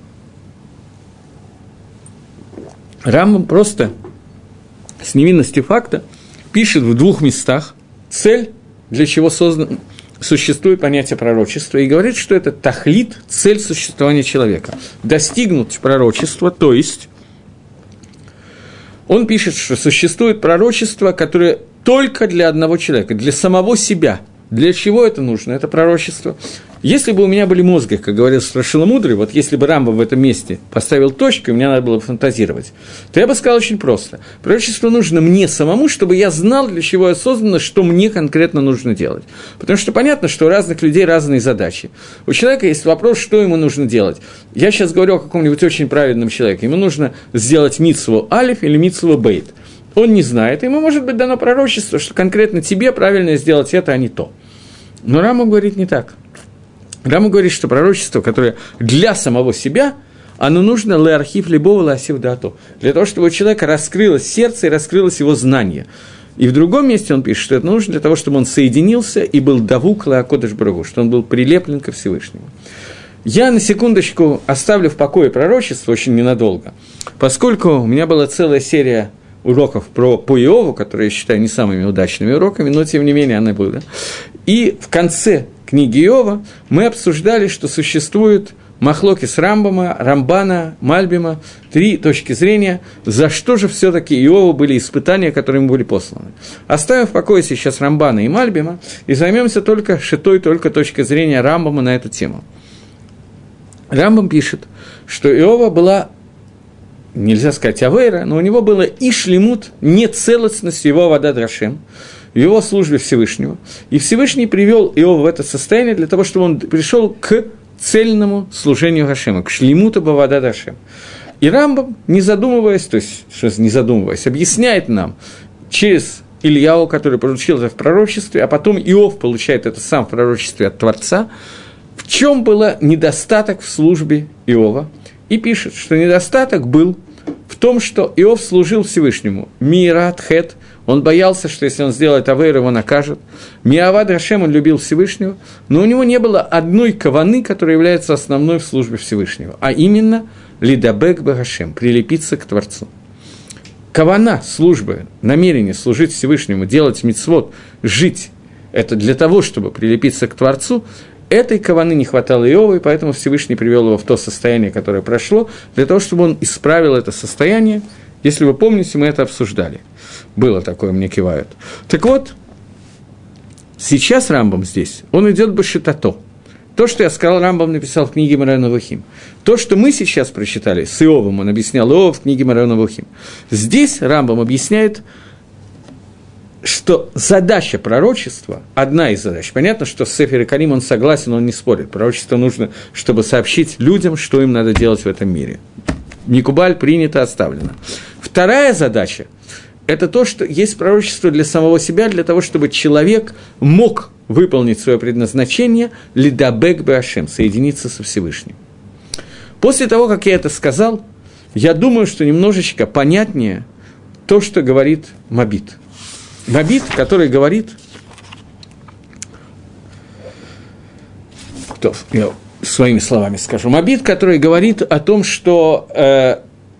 Рамбам просто с невинностью факта пишет в 2 местах цель, для чего существует понятие пророчества, и говорит, что это тахлит, цель существования человека. Достигнуть пророчества, то есть он пишет, что существует пророчество, которое только для одного человека, для самого себя. Для чего это нужно, это пророчество? Если бы у меня были мозги, как говорил Страшила Мудрый, вот если бы Рамбам в этом месте поставил точку, и мне надо было бы фантазировать, то я бы сказал очень просто. Пророчество нужно мне самому, чтобы я знал, для чего я создано, что мне конкретно нужно делать. Потому что понятно, что у разных людей разные задачи. У человека есть вопрос, что ему нужно делать. Я сейчас говорю о каком-нибудь очень праведном человеке. Ему нужно сделать мицву алиф или мицву бейт. Он не знает, ему может быть дано пророчество, что конкретно тебе правильно сделать это, а не то. Но Рамбам говорит не так. Рамбам говорит, что пророчество, которое для самого себя, оно нужно леархив либо леасив дато, для того, чтобы у человека раскрылось сердце и раскрылось его знание. И в другом месте он пишет, что это нужно для того, чтобы он соединился и был давук леакодеш барух ху, что он был прилеплен ко Всевышнему. Я на секундочку оставлю в покое пророчество очень ненадолго, поскольку у меня была целая серия уроков по Иову, которые я считаю не самыми удачными уроками, но тем не менее она была. И в конце книги Иова мы обсуждали, что существует махлокис Рамбама, Рамбана, Мальбима, 3 точки зрения, за что же все-таки Иову были испытания, которые ему были посланы. Оставим в покое сейчас Рамбана и Мальбима и займемся только точкой зрения Рамбама на эту тему. Рамбам пишет, что Иова была, нельзя сказать авейра, но у него было и шлемут, нецелостность его авадат Рашем, в его службе Всевышнего. И Всевышний привел Иова в это состояние для того, чтобы он пришел к цельному служению Хашема, к шлемуту бавадат Рашем. И Рамбам, не задумываясь, объясняет нам через Ильяу, который получил это в пророчестве, а потом Иов получает это сам в пророчестве от Творца, в чем был недостаток в службе Иова, и пишет, что недостаток был в том, что Иов служил Всевышнему. Мират хет, он боялся, что если он сделает авейр, его накажут. Миавад Рашем, он любил Всевышнего, но у него не было одной каваны, которая является основной в службе Всевышнего, а именно лидабек бахашем, прилепиться к Творцу. Кавана службы, намерение служить Всевышнему, делать мицвот, жить, это для того, чтобы прилепиться к Творцу. Этой каваны не хватало Иову, и поэтому Всевышний привел его в то состояние, которое прошло, для того, чтобы он исправил это состояние. Если вы помните, мы это обсуждали. Было такое, мне кивают. Так вот, сейчас Рамбам здесь, он идет башитато. То, что я сказал, Рамбам написал в книге Морeh Nevuchim. То, что мы сейчас прочитали с Иовом, он объяснял Иов в книге Морeh Nevuchim. Здесь Рамбам объясняет, что задача пророчества, одна из задач, понятно, что с Сефер Икарим он согласен, он не спорит, пророчество нужно, чтобы сообщить людям, что им надо делать в этом мире. Микубаль принято, оставлено. Вторая задача – это то, что есть пророчество для самого себя, для того, чтобы человек мог выполнить свое предназначение, лидабек беашем, соединиться со Всевышним. После того, как я это сказал, я думаю, что немножечко понятнее то, что говорит Мабит. Мабит, который говорит, я своими словами скажу, Мабит, который говорит о том, что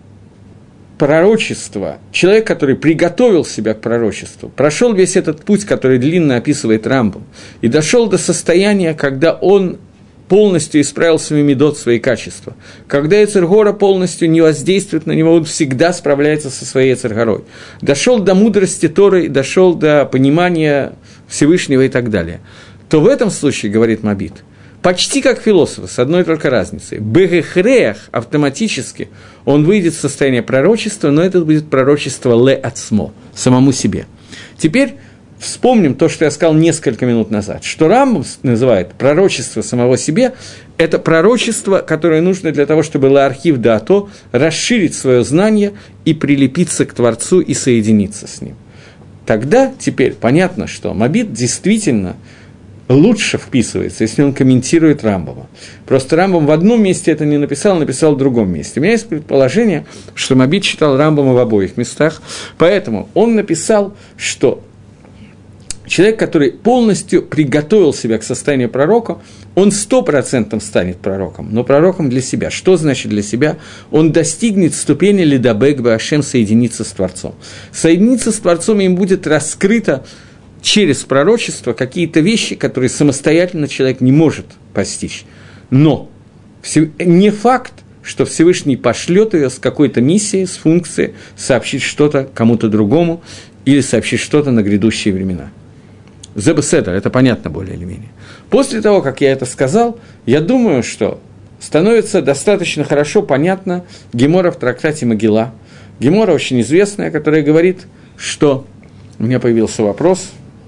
пророчество, человек, который приготовил себя к пророчеству, прошел весь этот путь, который длинно описывает Рамбам, и дошел до состояния, когда он полностью исправил свои медот, свои качества. Когда Йецер Гора полностью не воздействует на него, он всегда справляется со своей Йецер Горой. Дошел до мудрости Торы, дошел до понимания Всевышнего и так далее. То в этом случае, говорит Мабит, почти как философ, с одной только разницей. Бегехреях автоматически он выйдет в состояние пророчества, но это будет пророчество ле ацмо, самому себе. Теперь вспомним то, что я сказал несколько минут назад, что Рамбам называет пророчество самого себе, это пророчество, которое нужно для того, чтобы лаархив даато расширить свое знание и прилепиться к Творцу и соединиться с Ним. Тогда теперь понятно, что Мабит действительно лучше вписывается, если он комментирует Рамбама. Просто Рамбам в одном месте это не написал, написал в другом месте. У меня есть предположение, что Мабит читал Рамбама в обоих местах, поэтому он написал, что человек, который полностью приготовил себя к состоянию пророка, он 100% станет пророком, но пророком для себя. Что значит для себя? Он достигнет ступени лидабек беашем, соединиться с Творцом. Соединиться с Творцом им будет раскрыто через пророчество какие-то вещи, которые самостоятельно человек не может постичь. Но не факт, что Всевышний пошлет ее с какой-то миссией, с функцией сообщить что-то кому-то другому или сообщить что-то на грядущие времена. Зебеседер, это понятно более или менее. После того, как я это сказал, я думаю, что становится достаточно хорошо понятно Гемора в трактате Могила. Гемора очень известная, которая говорит, что у меня появился вопрос,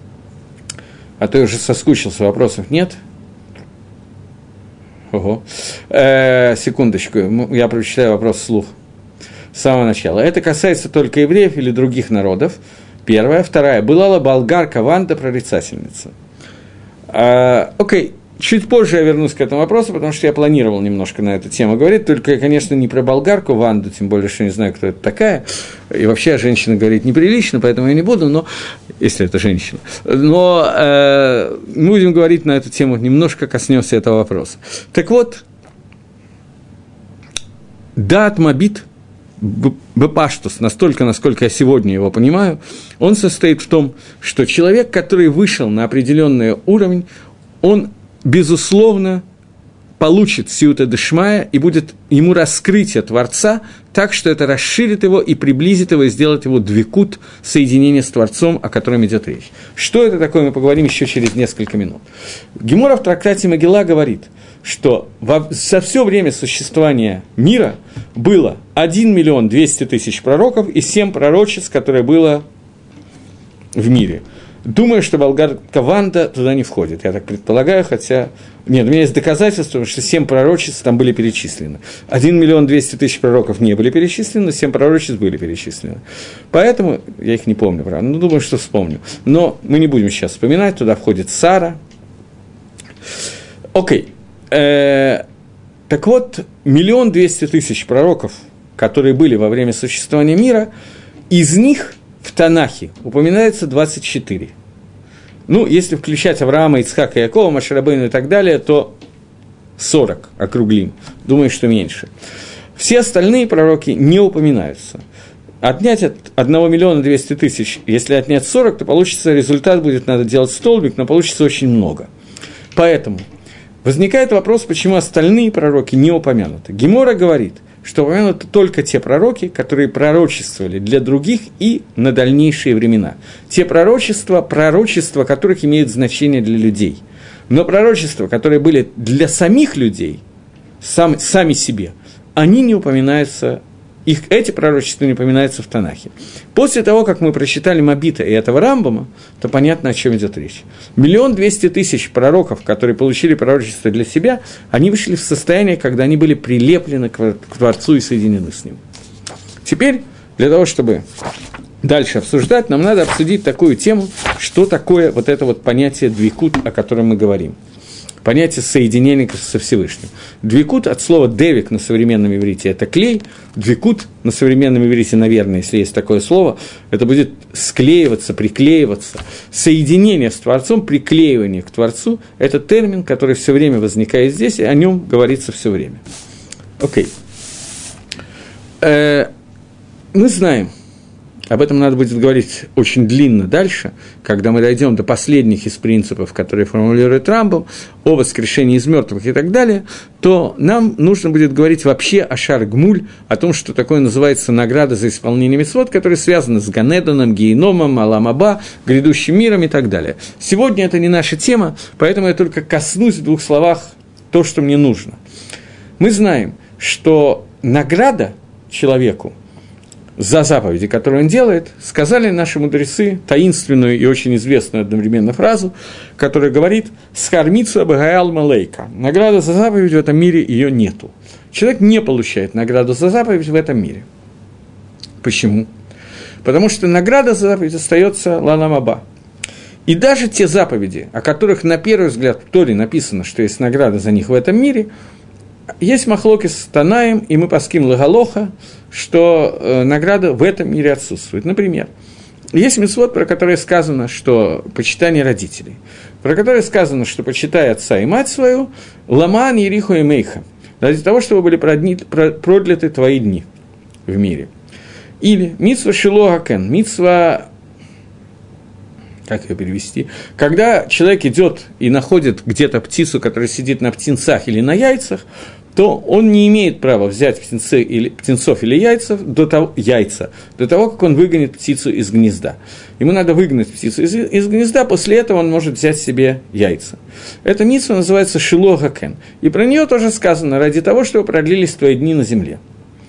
а то я уже соскучился, вопросов нет. Ого. Секундочку, я прочитаю вопрос вслух с самого начала. Это касается только евреев или других народов. Первая. Вторая. Была ли болгарка Ванда прорицательница? Окей. Чуть позже я вернусь к этому вопросу, потому что я планировал немножко на эту тему говорить, только, конечно, не про болгарку Ванду, тем более, что не знаю, кто это такая, и вообще о женщине говорить неприлично, поэтому я не буду, но, если это женщина, но мы будем говорить на эту тему, немножко коснемся этого вопроса. Так вот, Даат Мабит, Бепаштус, настолько, насколько я сегодня его понимаю, он состоит в том, что человек, который вышел на определенный уровень, он, безусловно, получит сиута дешмая и будет ему раскрытие Творца так, что это расширит его и приблизит его, и сделает его двикут, соединение с Творцом, о котором идет речь. Что это такое, мы поговорим еще через несколько минут. Гемора в трактате Могила говорит, что за все время существования мира было 1 200 000 пророков и 7 пророчеств, которые было в мире. Думаю, что болгар Каванда туда не входит, я так предполагаю, хотя... Нет, у меня есть доказательства, что 7 пророчеств там были перечислены. 1 200 000 пророков не были перечислены, но 7 пророчеств были перечислены. Поэтому, я их не помню, правда, но думаю, что вспомню. Но мы не будем сейчас вспоминать, туда входит Сара. Окей. Так вот, 1 200 000 пророков, которые были во время существования мира, из них в Танахе упоминается 24. Ну, если включать Авраама, Ицхака, Якова, Моше Рабейну и так далее, то 40 округлим. Думаю, что меньше. Все остальные пророки не упоминаются. Отнять от 1 200 000, если отнять 40, то получится, результат будет, надо делать столбик, но получится очень много. Поэтому возникает вопрос, почему остальные пророки не упомянуты. Гемора говорит, что упомянуты только те пророки, которые пророчествовали для других и на дальнейшие времена. Те пророчества, которых имеют значение для людей. Но пророчества, которые были для самих людей, сами себе, они не упоминаются, эти пророчества не упоминаются в Танахе. После того, как мы прочитали Мабита и этого Рамбама, то понятно, о чем идет речь. 1 200 000 пророков, которые получили пророчество для себя, они вышли в состояние, когда они были прилеплены к Творцу и соединены с Ним. Теперь, для того, чтобы дальше обсуждать, нам надо обсудить такую тему, что такое вот это вот понятие двикут, о котором мы говорим. Понятие соединения со Всевышним. Двикут от слова «девик» на современном иврите – это клей. Двикут на современном иврите, наверное, если есть такое слово, это будет склеиваться, приклеиваться. Соединение с Творцом, приклеивание к Творцу – это термин, который все время возникает здесь, и о нем говорится все время. Окей. Мы знаем, об этом надо будет говорить очень длинно дальше, когда мы дойдем до последних из принципов, которые формулирует Рамбам, о воскрешении из мертвых и так далее, то нам нужно будет говорить вообще о шар-гмуль, о том, что такое называется награда за исполнение мицвот, которые связаны с Ганеданом, Гейномом, Алам-Аба, грядущим миром и так далее. Сегодня это не наша тема, поэтому я только коснусь в 2 словах то, что мне нужно. Мы знаем, что награда человеку за заповеди, которые он делает, сказали наши мудрецы таинственную и очень известную одновременно фразу, которая говорит «Схар мицва б'гаал малейка». Награда за заповедь в этом мире ее нету. Человек не получает награду за заповедь в этом мире. Почему? Потому что награда за заповедь остается лалам аба. И даже те заповеди, о которых на первый взгляд в Торе написано, что есть награда за них в этом мире, есть махлоки с Танаем, и мы паским лагалоха, что награда в этом мире отсутствует. Например, есть мицвот, про который сказано, что почитание родителей, про который сказано, что почитай отца и мать свою, ламан ерихо и мейха, для того, чтобы были продляты твои дни в мире. Или мицва шилогакен, мицва, как ее перевести, когда человек идет и находит где-то птицу, которая сидит на птенцах или на яйцах, то он не имеет права взять птенцов или яйца до того, как он выгонит птицу из гнезда. Ему надо выгнать птицу из гнезда, после этого он может взять себе яйца. Эта мицва называется шилогакен, и про нее тоже сказано, ради того, чтобы продлились твои дни на земле.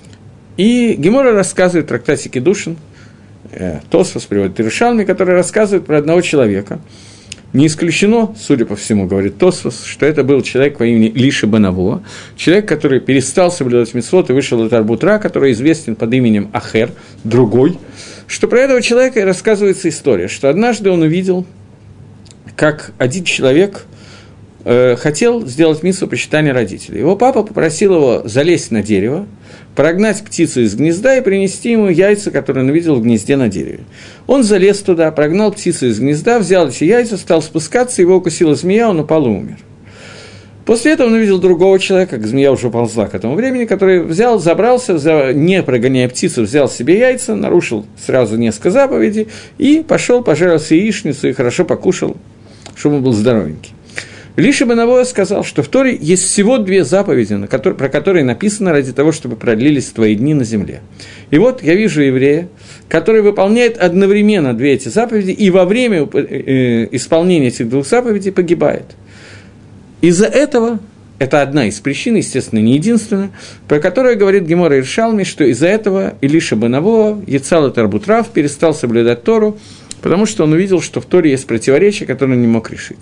И Гемора рассказывает в трактате Кидушин, Тосфос приводит Иерушалми, который рассказывает про одного человека. Не исключено, судя по всему, говорит Тосфос, что это был человек по имени Лиша бен Авуа, человек, который перестал соблюдать мицвот и вышел от Арбутра, который известен под именем Ахер, другой, что про этого человека и рассказывается история, что однажды он увидел, как один человек хотел сделать мицву почитания родителей. Его папа попросил его залезть на дерево, прогнать птицу из гнезда и принести ему яйца, которые он увидел в гнезде на дереве. Он залез туда, прогнал птицу из гнезда, взял эти яйца, стал спускаться, его укусила змея, он упал и умер. После этого он увидел другого человека, как змея уже ползла к этому времени, который взял, забрался, не прогоняя птицу, взял себе яйца, нарушил сразу несколько заповедей и пошел, пожарил себе яичницу и хорошо покушал, чтобы он был здоровенький. Лиша бен Авоя сказал, что в Торе есть всего 2 заповеди, про которые написано ради того, чтобы продлились твои дни на земле. И вот я вижу еврея, который выполняет одновременно 2 эти заповеди, и во время исполнения этих 2 заповедей погибает. Из-за этого, это одна из причин, естественно, не единственная, про которую говорит Гемора Иерушалми, что из-за этого Илиша бен Авоа, Ецал Тарбут Рав, перестал соблюдать Тору, потому что он увидел, что в Торе есть противоречие, которое он не мог решить.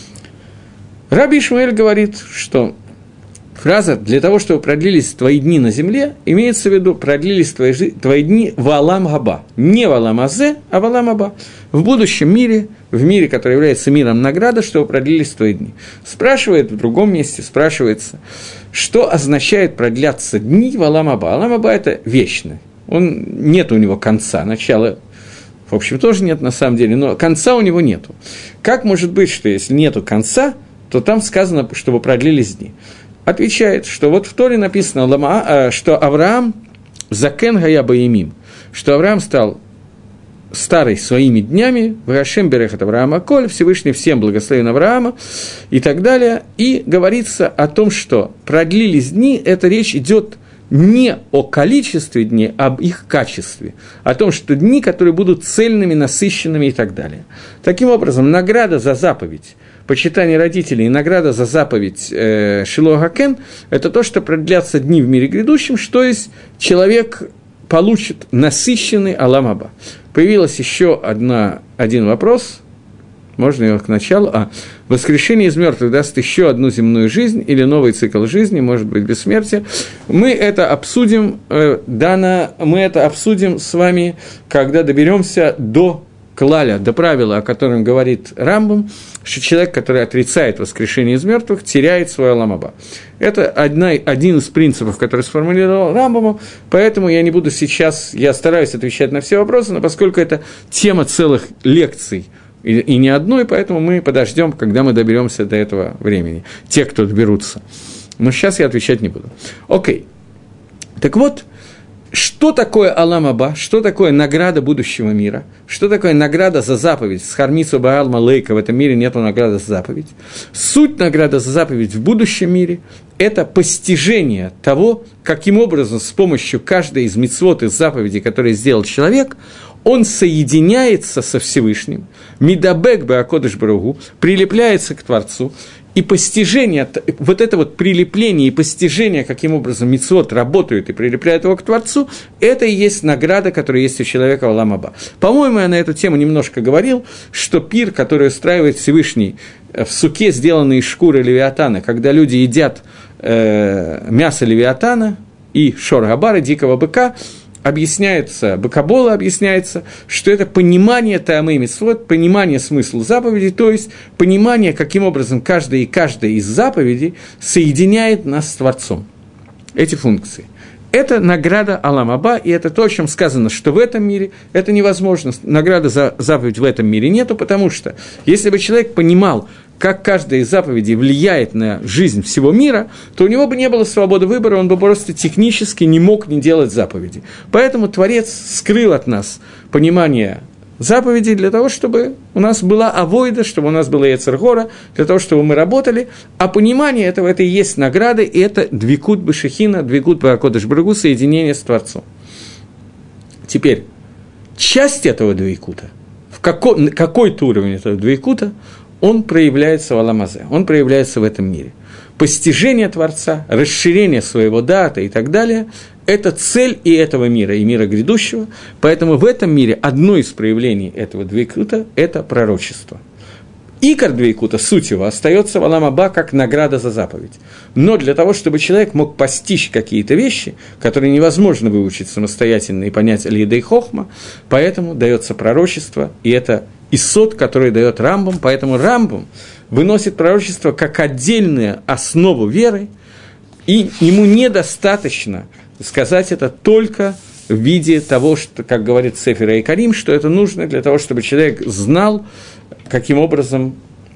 Раби Ишмаэль говорит, что фраза «для того, чтобы продлились твои дни на земле» имеется в виду «продлились твои дни в Алам Габа». Не в Алам Азе, а в Алам Аба. В будущем мире, в мире, который является миром награды, чтобы продлились твои дни. Спрашивает в другом месте, спрашивается, что означает продляться дни в Алам Аба. Алам Аба – это вечный. Нет у него конца, начала, в общем, тоже нет на самом деле, но конца у него нету. Как может быть, что если нету конца, то там сказано, чтобы продлились дни? Отвечает, что вот в Торе написано, что Авраам закен гая баимим, что Авраам стал старый своими днями, врашем берехат Авраама коль, Всевышний всем благословен Авраама, и так далее. И говорится о том, что продлились дни, это речь идет не о количестве дней, а об их качестве, о том, что дни, которые будут цельными, насыщенными и так далее. Таким образом, награда за заповедь, почитание родителей и награда за заповедь Шило Хакен – это то, что продлятся дни в мире грядущем, что есть человек получит насыщенный Алам Аба. Появился еще один вопрос, можно его к началу. Воскрешение из мертвых даст еще одну земную жизнь или новый цикл жизни, может быть, бессмертие. Мы это обсудим, мы это обсудим с вами, когда доберемся до клаля, до правила, о котором говорит Рамбам, что человек, который отрицает воскрешение из мертвых, теряет свой Алам Аба. Это один из принципов, который сформулировал Рамбам, поэтому я не буду сейчас, я стараюсь отвечать на все вопросы, но поскольку это тема целых лекций, и не одной, поэтому мы подождем, когда мы доберемся до этого времени, те, кто доберутся. Но сейчас я отвечать не буду. Окей. Так вот, что такое Алам Аба, что такое награда будущего мира, что такое награда за заповедь, с Хармицу Баал Малейка в этом мире нету награды за заповедь. Суть награды за заповедь в будущем мире – это постижение того, каким образом с помощью каждой из мицвот, из заповедей, которые сделал человек, он соединяется со Всевышним, мидабек беакодыш баругу, прилепляется к Творцу, и постижение, вот это вот прилепление и постижение, каким образом мицвот работают и прилепляют его к Творцу, это и есть награда, которая есть у человека в Алам Аба. По-моему, я на эту тему немножко говорил, что пир, который устраивает Всевышний в суке, сделанный из шкуры левиатана, когда люди едят мясо левиатана и шор-габара, дикого быка, объясняется, Бакабола объясняется, что это понимание таамы мицвот, понимание смысла заповедей, то есть понимание, каким образом каждая из заповедей соединяет нас с Творцом. Эти функции. Это награда Алам Аба, и это то, о чем сказано, что в этом мире это невозможно. Награды за заповедь в этом мире нету, потому что если бы человек понимал, как каждая из заповедей влияет на жизнь всего мира, то у него бы не было свободы выбора, он бы просто технически не мог не делать заповеди. Поэтому Творец скрыл от нас понимание заповедей для того, чтобы у нас была авойда, чтобы у нас была Йецер Гора, для того, чтобы мы работали, а понимание этого – это и есть награда, и это двикут бешехина, двикут беакодыш баругу, соединение с Творцом. Теперь, часть этого двикута, какой-то уровень этого двикута, он проявляется в Алам Азе, он проявляется в этом мире. Постижение Творца, расширение своего дата и так далее – это цель и этого мира, и мира грядущего. Поэтому в этом мире одно из проявлений этого двейкута – это пророчество. Икар двейкута, суть его, остается в Алам Аба как награда за заповедь. Но для того, чтобы человек мог постичь какие-то вещи, которые невозможно выучить самостоятельно и понять аль-едей хохма, поэтому дается пророчество, и это исод, который дает Рамбам, поэтому Рамбам выносит пророчество как отдельную основу веры, и ему недостаточно сказать это только в виде того, что, как говорит Сефер Айкарим, что это нужно для того, чтобы человек знал, каким образом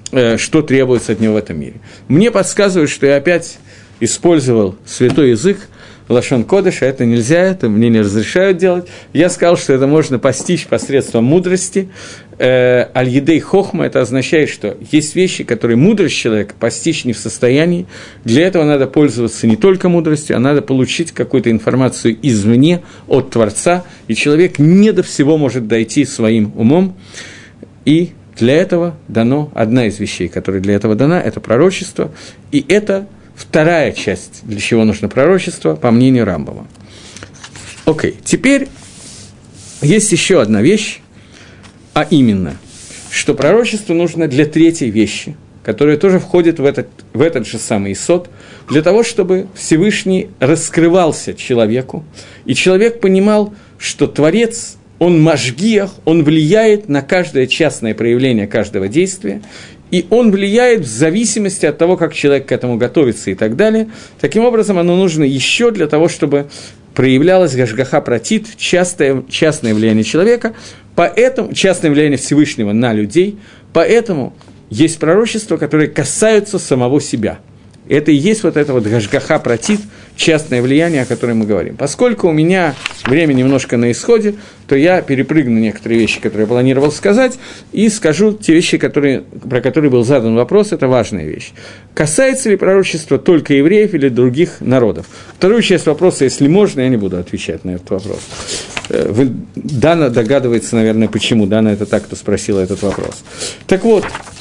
что требуется от него в этом мире. Мне подсказывают, что я опять использовал святой язык, лашон кодеш, а это нельзя, это мне не разрешают делать. Я сказал, что это можно постичь посредством мудрости. Аль-едей хохма, это означает, что есть вещи, которые мудрость человека постичь не в состоянии. Для этого надо пользоваться не только мудростью, а надо получить какую-то информацию извне, от Творца, и человек не до всего может дойти своим умом. И для этого дано, одна из вещей, которая для этого дана, это пророчество, и это вторая часть, для чего нужно пророчество, по мнению Рамбама. Окей, теперь есть еще одна вещь, а именно, что пророчество нужно для третьей вещи, которая тоже входит в этот же самый исод, для того, чтобы Всевышний раскрывался человеку, и человек понимал, что Творец, он машгиах, он влияет на каждое частное проявление каждого действия, и он влияет в зависимости от того, как человек к этому готовится и так далее. Таким образом, оно нужно еще для того, чтобы проявлялось гашгаха пратит, частное влияние человека, поэтому, частное влияние Всевышнего на людей, поэтому есть пророчества, которые касаются самого себя. Это и есть вот это вот гашгаха пратит, частное влияние, о котором мы говорим. Поскольку у меня время немножко на исходе, то я перепрыгну некоторые вещи, которые я планировал сказать, и скажу те вещи, про которые был задан вопрос, это важная вещь. Касается ли пророчества только евреев или других народов? Вторую часть вопроса, если можно, я не буду отвечать на этот вопрос. Дана догадывается, наверное, почему Дана это так-то спросила этот вопрос. Так вот,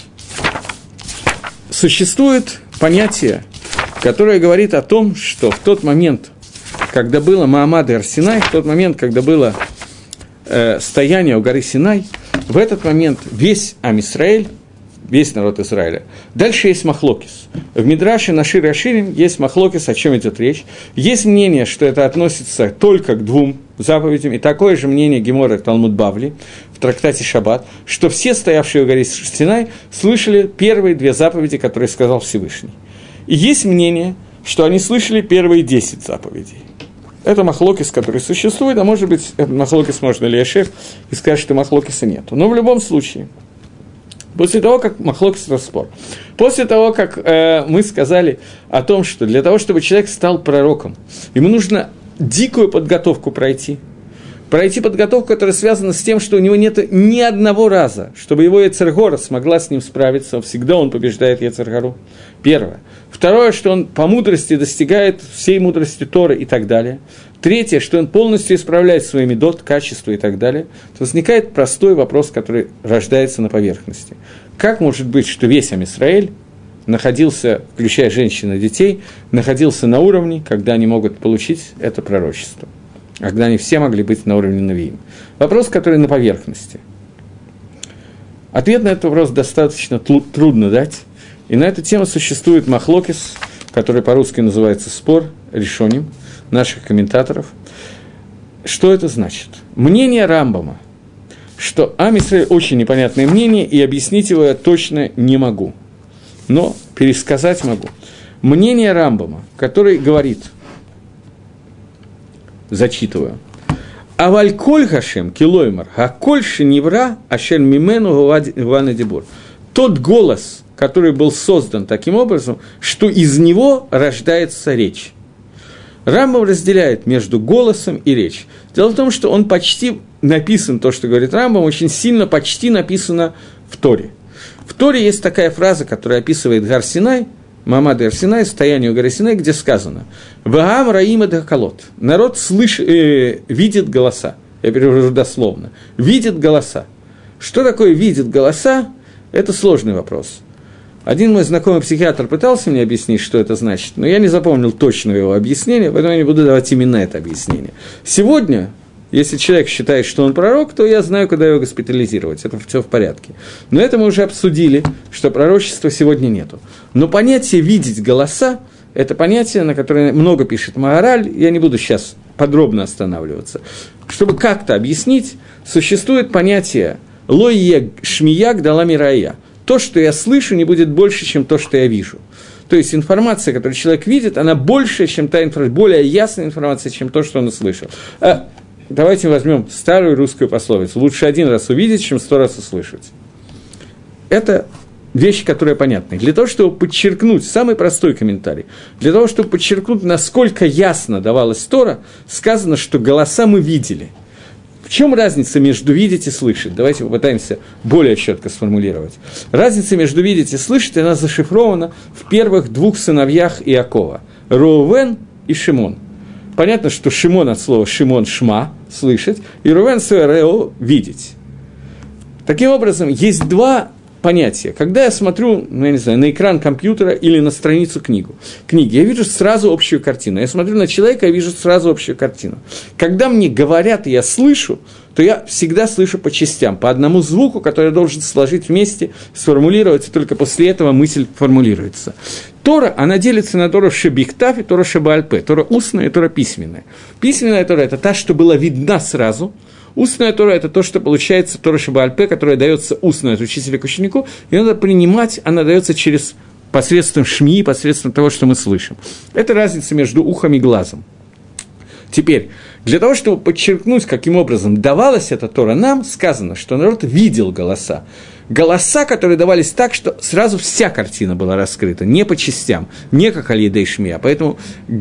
существует понятие, которое говорит о том, что в тот момент, когда было Маамад и Ар-Синай, в тот момент, когда было стояние у горы Синай, в этот момент весь Ам-Исраэль, весь народ Израиля, дальше есть махлокис. В Мидраше на Шир Аширим есть махлокис, о чем идет речь. Есть мнение, что это относится только к двум заповедям, и такое же мнение Гемора Талмуд Бавли в трактате Шаббат, что все, стоявшие у горы Синай, слышали первые две заповеди, которые сказал Всевышний. И есть мнение, что они слышали первые 10 заповедей. Это махлокис, который существует, а может быть, этот махлокис можно лиешев и сказать, что махлокиса нет. Но в любом случае, после того, как махлокис распор, после того, как мы сказали о том, что для того, чтобы человек стал пророком, ему нужно дикую подготовку пройти подготовку, которая связана с тем, что у него нет ни одного раза, чтобы его Ецер-Гора смогла с ним справиться, всегда он побеждает Ецер-Гору. Первое. Второе, что он по мудрости достигает всей мудрости Торы и так далее. Третье, что он полностью исправляет свои медот, качества и так далее. То возникает простой вопрос, который рождается на поверхности. Как может быть, что весь Ам-Исраэль находился, включая женщин и детей, находился на уровне, когда они могут получить это пророчество? Когда они все могли быть на уровне Навиим. Вопрос, который на поверхности. Ответ на этот вопрос достаточно трудно дать. И на эту тему существует махлокис, который по-русски называется спор, решоним, наших комментаторов. Что это значит? Мнение Рамбама, что Ам-Исраэль очень непонятное мнение, и объяснить его я точно не могу. Но пересказать могу. Мнение Рамбама, который говорит... Зачитываю. «Аваль коль хашем килоймар, а коль шеневра ашель мимену гувана дибур». Тот голос, который был создан таким образом, что из него рождается речь. Рамбам разделяет между голосом и речь. Дело в том, что он почти написан, то, что говорит Рамбам, очень сильно почти написано в Торе. В Торе есть такая фраза, которая описывает Гар Синай, Маамад и Ар-Синай, стояние у горы Синай, где сказано «Ваам раим эд хакалот». Народ видит голоса. Я перевожу дословно. Видит голоса. Что такое видит голоса? Это сложный вопрос. Один мой знакомый психиатр пытался мне объяснить, что это значит, но я не запомнил точного его объяснения, поэтому я не буду давать именно это объяснение. Сегодня, если человек считает, что он пророк, то я знаю, куда его госпитализировать, это все в порядке. Но это мы уже обсудили, что пророчества сегодня нету. Но понятие «видеть голоса» – это понятие, на которое много пишет Магараль, я не буду сейчас подробно останавливаться. Чтобы как-то объяснить, существует понятие «лой шмияк дала мирая». То, что я слышу, не будет больше, чем то, что я вижу. То есть информация, которую человек видит, она больше, чем та информация, более ясная информация, чем то, что он услышал. Давайте возьмем старую русскую пословицу. Лучше один раз увидеть, чем 100 раз услышать. Это вещи, которые понятны. Для того, чтобы подчеркнуть, самый простой комментарий, для того, чтобы подчеркнуть, насколько ясно давалась Тора, сказано, что голоса мы видели. В чем разница между видеть и слышать? Давайте попытаемся более четко сформулировать. Разница между видеть и слышать, она зашифрована в первых двух сыновьях Иакова – Роувен и Шимон. Понятно, что Шимон от слова «Шимон» – «шма» – «слышать», и Роувен – «суэрео» – «видеть». Таким образом, есть два понятия. Когда я смотрю, я не знаю, на экран компьютера или на страницу книги, я вижу сразу общую картину. Я смотрю на человека, я вижу сразу общую картину. Когда мне говорят, и я слышу, то я всегда слышу по частям, по одному звуку, который я должен сложить вместе, сформулировать, и только после этого мысль формулируется. Тора, она делится на Тору шебихтав и Тору шебаальпе, Тора устная и Тора письменная. Письменная Тора – это та, что была видна сразу. Устная Тора – это то, что получается Тора шебаальпе, которая дается устно от учителя к ученику, и надо принимать, она дается через посредством шми, посредством того, что мы слышим. Это разница между ухом и глазом. Теперь, для того, чтобы подчеркнуть, каким образом давалась эта Тора нам, сказано, что народ видел голоса. Голоса, которые давались так, что сразу вся картина была раскрыта, не по частям, не как аль-едей шмия. Поэтому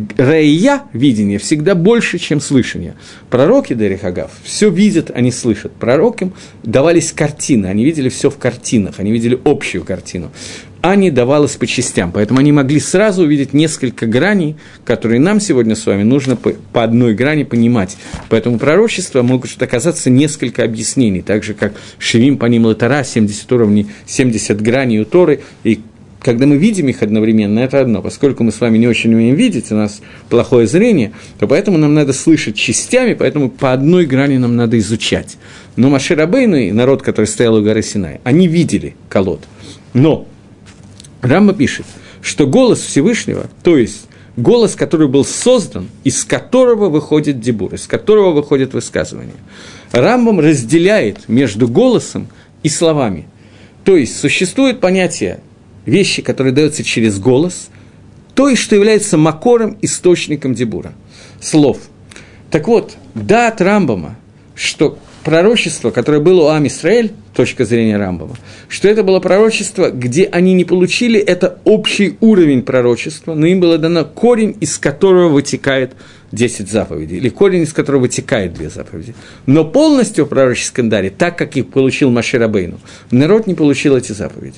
раия, видение, всегда больше, чем слышание. Пророки, дерих агав, все видят, они слышат. Пророкам давались картины, они видели все в картинах, они видели общую картину. А не давалось по частям, поэтому они могли сразу увидеть несколько граней, которые нам сегодня с вами нужно по одной грани понимать. Поэтому пророчества могут оказаться несколько объяснений, так же, как Шевим Паним Латара, 70 уровней, 70 граней у Торы, и когда мы видим их одновременно, это одно. Поскольку мы с вами не очень умеем видеть, у нас плохое зрение, то поэтому нам надо слышать частями, поэтому по одной грани нам надо изучать. Но Моше Рабейну и народ, который стоял у горы Синай, они видели колод. Но Рамба пишет, что голос Всевышнего, то есть голос, который был создан, из которого выходит дибур, из которого выходит высказывание. Рамбам разделяет между голосом и словами. То есть существует понятие вещи, которые даются через голос, то есть что является макором, источником дибура, слов. Так вот, от Рамбама, что пророчество, которое было у Ам Исраэль, точка зрения Рамбама, что это было пророчество, где они не получили это общий уровень пророчества, но им было дано корень, из которого вытекает 10 заповедей, или корень, из которого вытекает 2 заповеди. Но полностью в пророческом даре, так как их получил Моше Рабейну, народ не получил эти заповеди.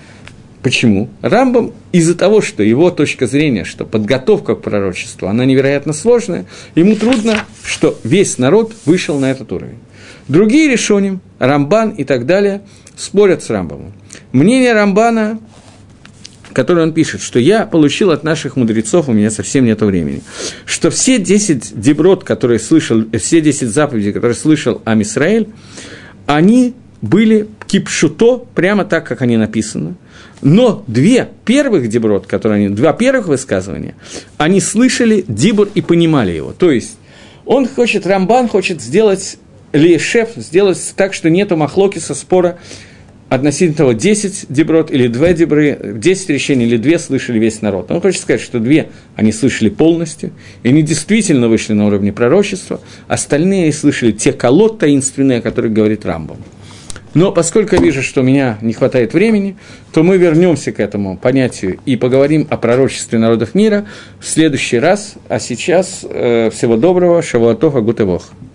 Почему? Рамбам из-за того, что его точка зрения, что подготовка к пророчеству, она невероятно сложная, ему трудно, что весь народ вышел на этот уровень. Другие решоним, Рамбан и так далее, спорят с Рамбамом. Мнение Рамбана, которое он пишет, что я получил от наших мудрецов, у меня совсем нет времени, что все 10 деброд, которые слышал, все 10 заповедей, которые слышал Ам Исраэль, они были кипшуто, прямо так, как они написаны. Но 2 первых деброд, которые они, 2 первых высказывания, они слышали дибур и понимали его. То есть, Рамбан хочет сделать лейшеф, сделать так, что нету махлокиса, спора относительно того, 10 деброд или 2 дебры, 10 решений или 2 слышали весь народ. Он хочет сказать, что 2 они слышали полностью, и они действительно вышли на уровне пророчества, остальные слышали те колод таинственные, о которых говорит Рамбам. Но поскольку я вижу, что у меня не хватает времени, то мы вернемся к этому понятию и поговорим о пророчестве народов мира в следующий раз. А сейчас всего доброго, шавуа тов, агут и вох.